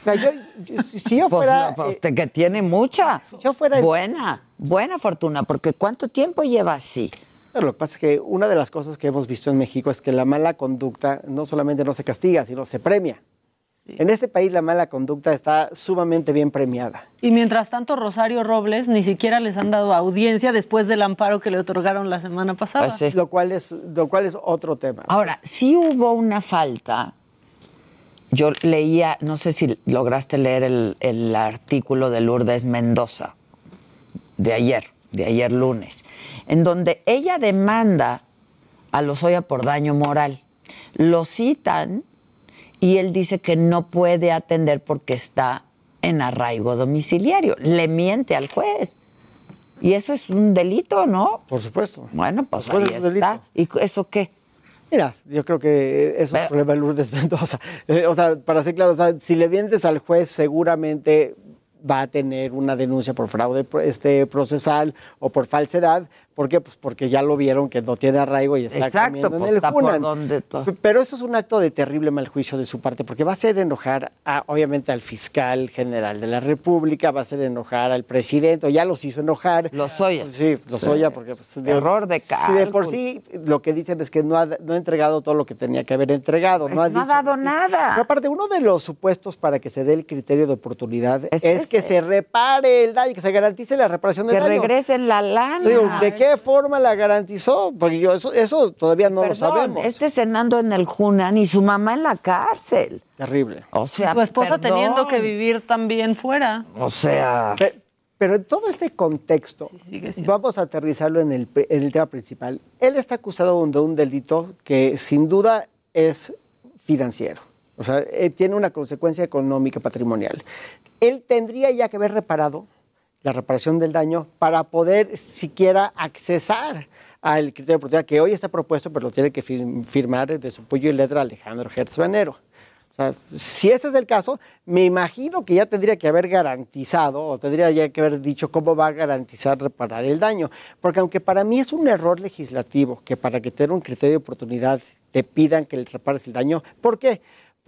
Si yo fuera... que tiene mucha. Si yo fuera... Buena fortuna, porque ¿cuánto tiempo lleva así? Lo que pasa es que una de las cosas que hemos visto en México es que la mala conducta no solamente no se castiga, sino se premia. En este país la mala conducta está sumamente bien premiada. Y mientras tanto, Rosario Robles ni siquiera les han dado audiencia después del amparo que le otorgaron la semana pasada. Pues sí. Lo cual es otro tema. Ahora, sí hubo una falta. Yo leía, no sé si lograste leer el artículo de Lourdes Mendoza de ayer lunes, en donde ella demanda a Lozoya por daño moral. Lo citan y él dice que no puede atender porque está en arraigo domiciliario. Le miente al juez. Y eso es un delito, ¿no? Por supuesto. Bueno, pues ahí está. ¿Y eso qué? Mira, yo creo que eso es el problema de Lourdes Mendoza. O sea, para ser claro, si le mientes al juez, seguramente va a tener una denuncia por fraude procesal o por falsedad. ¿Por qué? Pues porque ya lo vieron que no tiene arraigo y está comiendo en el Hunan. Pero eso es un acto de terrible mal juicio de su parte, porque va a hacer enojar, obviamente, al fiscal general de la República, va a hacer enojar al presidente, o ya los hizo enojar. Lozoya. Sí, Lozoya, porque... Pues, error de cálculo. Si de por sí lo que dicen es que no ha entregado todo lo que tenía que haber entregado. No ha dado nada. Pero aparte, uno de los supuestos para que se dé el criterio de oportunidad es que se repare el daño, que se garantice la reparación del daño. Que regresen la lana. Digo, ¿de qué forma la garantizó? Porque eso todavía no lo sabemos. Cenando en el Hunan y su mamá en la cárcel. Terrible. O sea, su esposa teniendo que vivir también fuera. O sea... Pero en todo este contexto, vamos a aterrizarlo en el tema principal. Él está acusado de un delito que sin duda es financiero. O sea, tiene una consecuencia económica patrimonial. Él tendría ya que haber reparado la reparación del daño para poder siquiera accesar al criterio de oportunidad que hoy está propuesto, pero lo tiene que firmar de su puño y letra Alejandro Hertz Manero. O sea, si ese es el caso, me imagino que ya tendría que haber garantizado o tendría ya que haber dicho cómo va a garantizar reparar el daño. Porque aunque para mí es un error legislativo que para que tenga un criterio de oportunidad te pidan que le repares el daño, ¿por qué?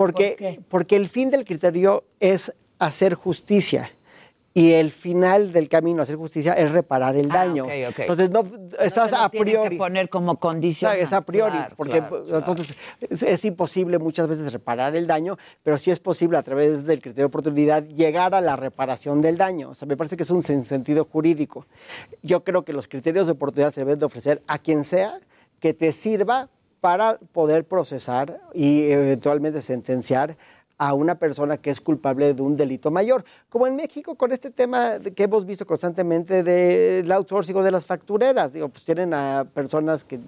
Porque el fin del criterio es hacer justicia. Y el final del camino a hacer justicia es reparar el daño. Okay. Entonces, no estás a priori. Tienes que poner como condición. Es a priori, porque entonces es imposible muchas veces reparar el daño, pero sí es posible a través del criterio de oportunidad llegar a la reparación del daño. O sea, me parece que es un sentido jurídico. Yo creo que los criterios de oportunidad se deben de ofrecer a quien sea que te sirva para poder procesar y eventualmente sentenciar a una persona que es culpable de un delito mayor. Como en México con este tema que hemos visto constantemente del outsourcing o de las factureras. Digo, pues tienen a personas que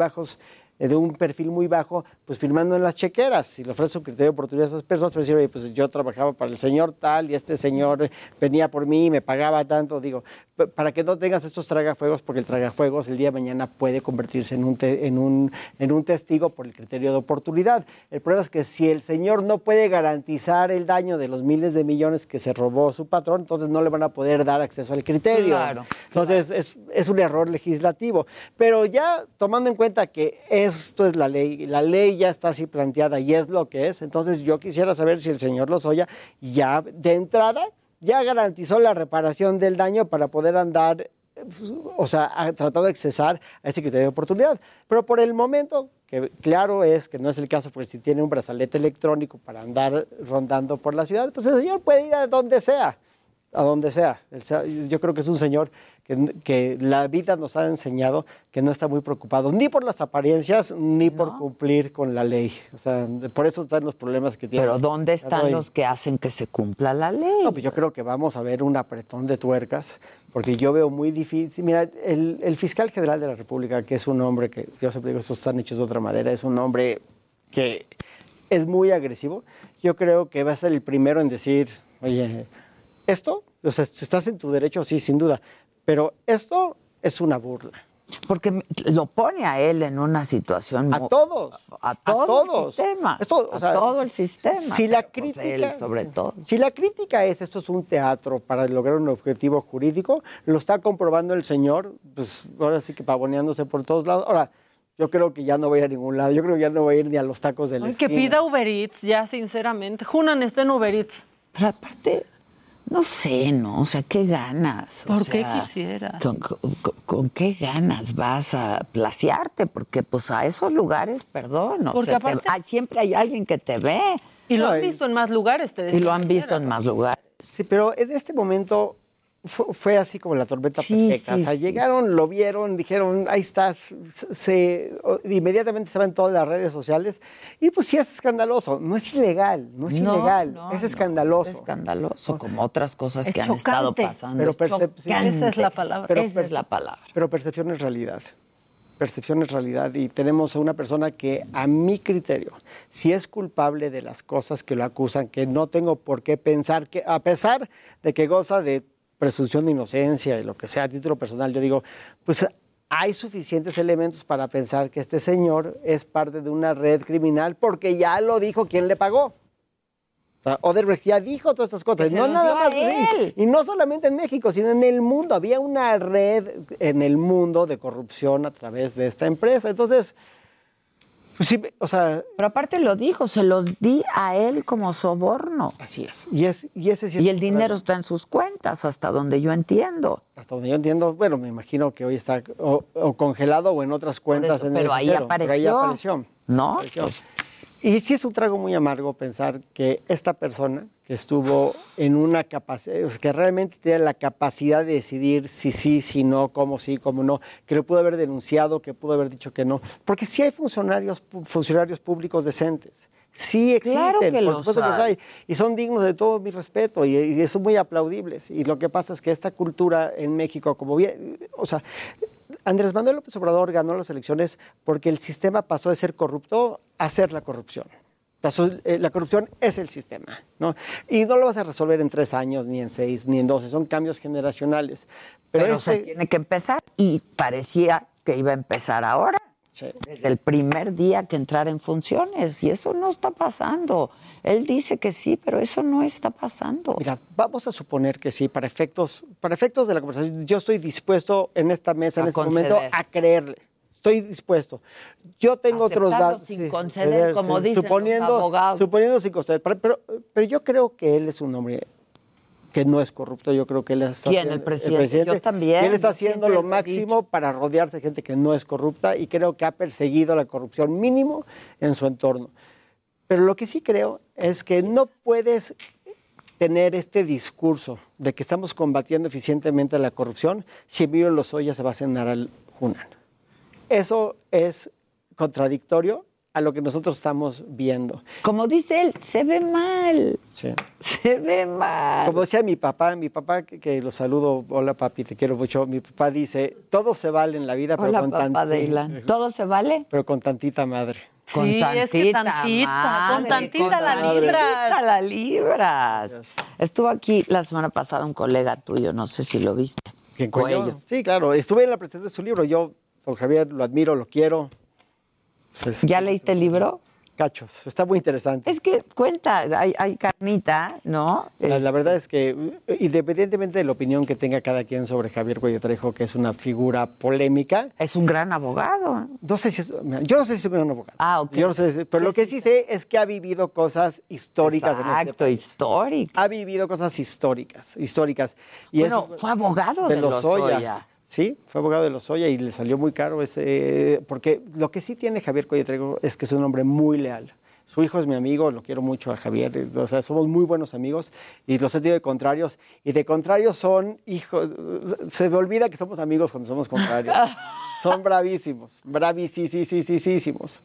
de un perfil muy bajo, pues firmando en las chequeras. Si le ofrece un criterio de oportunidad a esas personas, pues decir, oye, pues yo trabajaba para el señor tal y este señor venía por mí y me pagaba tanto. Digo, para que no tengas estos tragafuegos, porque el tragafuegos el día de mañana puede convertirse en un testigo por el criterio de oportunidad. El problema es que si el señor no puede garantizar el daño de los miles de millones que se robó su patrón, entonces no le van a poder dar acceso al criterio. Claro. Entonces es un error legislativo. Pero ya tomando en cuenta que esto es la ley ya está así planteada y es lo que es, entonces yo quisiera saber si el señor Lozoya ya de entrada ya garantizó la reparación del daño para poder andar, o sea, ha tratado de accesar a ese criterio de oportunidad. Pero por el momento, que claro es que no es el caso, porque si tiene un brazalete electrónico para andar rondando por la ciudad, pues el señor puede ir a donde sea. Yo creo que es un señor que la vida nos ha enseñado que no está muy preocupado ni por las apariencias ni por cumplir con la ley. O sea, por eso están los problemas que tiene. Pero ¿dónde están los que hacen que se cumpla la ley? No, pues yo creo que vamos a ver un apretón de tuercas, porque yo veo muy difícil. Mira, el fiscal general de la República, que es un hombre que, yo siempre digo, estos están hechos de otra manera, es un hombre que es muy agresivo. Yo creo que va a ser el primero en decir, oye, esto, o sea, estás en tu derecho, sí, sin duda, pero esto es una burla. Porque lo pone a él en una situación... A todos. A todo el sistema. Esto, a todo el sistema. Si la Pues crítica... él, sobre todo. Si la crítica es esto es un teatro para lograr un objetivo jurídico, lo está comprobando el señor, pues ahora sí que pavoneándose por todos lados. Ahora, yo creo que ya no va a ir a ningún lado. Yo creo que ya no va a ir ni a los tacos de la esquina. Que pida Uber Eats, ya, sinceramente. Junan está en Uber Eats. Pero aparte... No sé, ¿no? O sea, ¿qué ganas? ¿Por qué quisiera? ¿Con qué ganas vas a placearte? Porque pues a esos lugares, perdón, Porque aparte... siempre hay alguien que te ve. Y lo han visto en más lugares, te decía. Y lo han visto en más lugares. Sí, pero en este momento fue así como la tormenta perfecta. Sí, o sea, llegaron, lo vieron, dijeron, ahí estás. Inmediatamente estaban en todas las redes sociales. Y pues sí es escandaloso. No es ilegal, no es ilegal. Es escandaloso. Es escandaloso, como otras cosas que han chocante. estado pasando. Pero Esa es la palabra. Esa es la palabra. Pero percepción es realidad. Percepción es realidad. Y tenemos a una persona que, a mi criterio, si es culpable de las cosas que lo acusan, que no tengo por qué pensar que, a pesar de que goza de presunción de inocencia y lo que sea a título personal, yo digo, pues hay suficientes elementos para pensar que este señor es parte de una red criminal porque ya lo dijo quien le pagó. O sea, Odebrecht ya dijo todas estas cosas. No nada más. Sí. Y no solamente en México, sino en el mundo. Había una red en el mundo de corrupción a través de esta empresa. Entonces, pues sí, o sea... Pero aparte lo dijo, se los di a él como soborno. Así es. Y ese sí es y el dinero está en sus cuentas, hasta donde yo entiendo. Hasta donde yo entiendo, bueno, me imagino que hoy está o congelado o en otras cuentas. Eso, pero ahí apareció. ¿No? Apareció. Pues... Y sí es un trago muy amargo pensar que esta persona que estuvo en una capacidad, que realmente tiene la capacidad de decidir si sí, si no, cómo sí, cómo no, que lo pudo haber denunciado, que pudo haber dicho que no. Porque sí hay funcionarios públicos decentes. Sí existen, claro que por supuesto que los hay. Y son dignos de todo mi respeto y son muy aplaudibles. Y lo que pasa es que esta cultura en México, como bien, o sea... Andrés Manuel López Obrador ganó las elecciones porque el sistema pasó de ser corrupto a ser la corrupción. La corrupción es el sistema, ¿no? Y no lo vas a resolver en 3 años, ni en 6, ni en 12. Son cambios generacionales. Pero se tiene que empezar y parecía que iba a empezar ahora. Sí. Desde el primer día que entrara en funciones, y eso no está pasando. Él dice que sí, pero eso no está pasando. Mira, vamos a suponer que sí, para efectos de la conversación, yo estoy dispuesto en esta mesa, en este momento, a creerle. Estoy dispuesto. Yo tengo otros datos. Sin conceder, como dicen los abogados. Suponiendo sin conceder. Pero yo creo que él es un hombre que no es corrupto. Yo creo que él está ¿Quién? El presidente. Yo también. Él está haciendo lo máximo para rodearse de gente que no es corrupta y creo que ha perseguido la corrupción mínimo en su entorno. Pero lo que sí creo es que no puedes tener este discurso de que estamos combatiendo eficientemente la corrupción si Emilio Lozoya se va a cenar al Hunan. Eso es contradictorio a lo que nosotros estamos viendo. Como dice él, se ve mal. Sí. Se ve mal. Como decía mi papá que lo saludo, hola papi, te quiero mucho. Mi papá dice, todo se vale en la vida, pero con tantita. ¿Todo se vale? Pero con tantita madre. Sí, con tantita, es que con tantita la libras. Estuvo aquí la semana pasada un colega tuyo, no sé si lo viste. ¿Quién, Coello? Sí, claro, estuve en la presentación de su libro. Yo, don Javier, lo admiro, lo quiero. Pues, ¿ya leíste el libro? Cachos, está muy interesante. Es que cuenta, hay carnita, ¿no? La verdad es que, independientemente de la opinión que tenga cada quien sobre Javier Cuello Trejo, que es una figura polémica... Es un gran abogado. No sé si es, yo no sé si es un gran abogado. Ah, ok. Yo no sé, pero lo que sí sé es que ha vivido cosas históricas. Exacto, históricas. Ha vivido cosas históricas. Y bueno, fue abogado de Lozoya. Sí, fue abogado de Lozoya y le salió muy caro porque lo que sí tiene Javier Cuello Trejo es que es un hombre muy leal. Su hijo es mi amigo, lo quiero mucho a Javier, o sea, somos muy buenos amigos y los he tenido de contrarios. Y de contrarios son hijos, se me olvida que somos amigos cuando somos contrarios. Son bravísimos, bravísimos.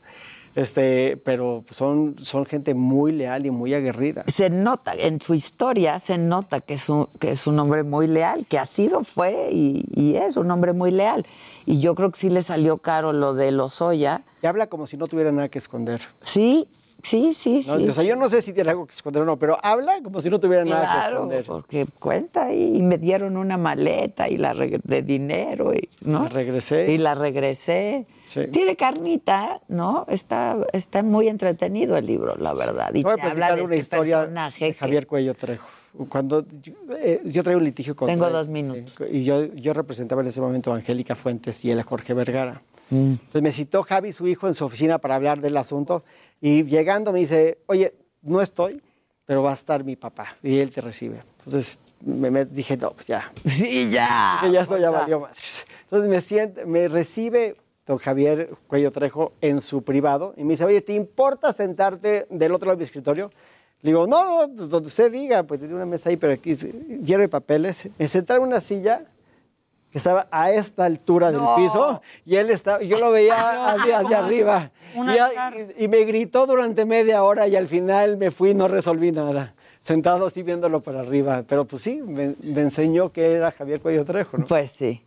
Pero son gente muy leal y muy aguerrida. Se nota, en su historia se nota que es un hombre muy leal, que ha sido, fue y es un hombre muy leal. Y yo creo que sí le salió caro lo de Lozoya. Y habla como si no tuviera nada que esconder. Sí, Sí. O sea, yo no sé si tiene algo que esconder o no, pero habla como si no tuviera nada que esconder. Porque cuenta y me dieron una maleta y de dinero, ¿no? Y la regresé. Sí. Tiene carnita, ¿no? Está muy entretenido el libro, la verdad. Y voy a te habla de una historia personaje de Javier Cuello Trejo. Cuando yo traigo un litigio contra Tengo él, 2 minutos. sí, y yo representaba en ese momento a Angélica Fuentes y él a Jorge Vergara. Entonces me citó Javi, su hijo, en su oficina para hablar del asunto. Y llegando me dice, oye, no estoy, pero va a estar mi papá. Y él te recibe. Entonces me dije, no, pues ya. Sí, ya. Que ya estoy, ya valió madre. Entonces me recibe don Javier Cuello Trejo en su privado. Y me dice, oye, ¿te importa sentarte del otro lado de mi escritorio? Le digo, no, donde usted diga, pues tiene una mesa ahí, pero aquí lleno de papeles. Me senté en una silla que estaba a esta altura del piso y él estaba, yo lo veía hacia arriba y me gritó durante media hora y al final me fui y no resolví nada, sentado así viéndolo para arriba, pero pues sí, me enseñó que era Javier Cuello Trejo, ¿no? Pues sí.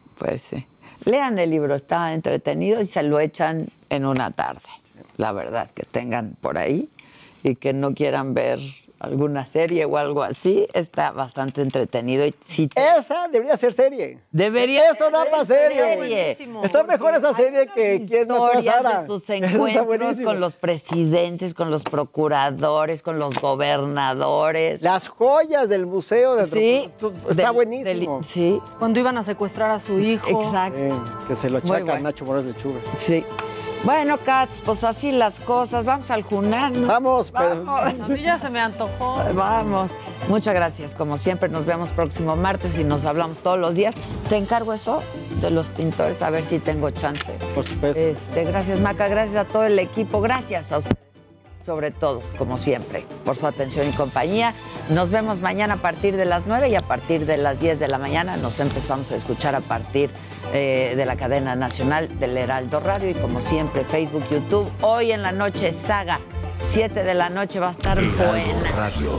Lean el libro, está entretenido y se lo echan en una tarde, la verdad, que tengan por ahí y que no quieran ver alguna serie o algo así, está bastante entretenido. Y esa debería ser serie. Eso da para serie. Está mejor esa serie que Quién mató a Sara. De sus encuentros con los presidentes, con los procuradores, con los gobernadores. Las joyas del museo de está buenísimo. Sí. Cuando iban a secuestrar a su hijo. Exacto. Que se lo achaca a Nacho Morales Lechuga. Sí. Bueno, Katz, pues así las cosas. Vamos al Junar, ¿no? Vamos. A mí ya se me antojó. Vamos. Muchas gracias. Como siempre, nos vemos próximo martes y nos hablamos todos los días. Te encargo eso de los pintores, a ver si tengo chance. Por supuesto. Gracias, Maca. Gracias a todo el equipo. Gracias a ustedes, sobre todo, como siempre, por su atención y compañía. Nos vemos mañana a partir de las 9 y a partir de las 10 de la mañana nos empezamos a escuchar a partir de la cadena nacional del Heraldo Radio y como siempre Facebook, YouTube. Hoy en la noche Saga, 7 de la noche va a estar buena. Radio.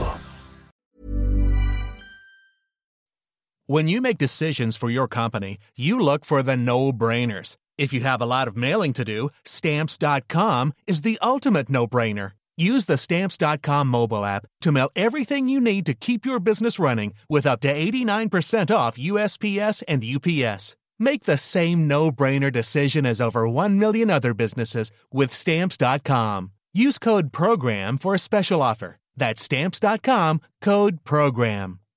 When you make decisions for your company, you look for the no-brainers. If you have a lot of mailing to do, Stamps.com is the ultimate no-brainer. Use the Stamps.com mobile app to mail everything you need to keep your business running with up to 89% off USPS and UPS. Make the same no-brainer decision as over 1 million other businesses with Stamps.com. Use code PROGRAM for a special offer. That's Stamps.com, code PROGRAM.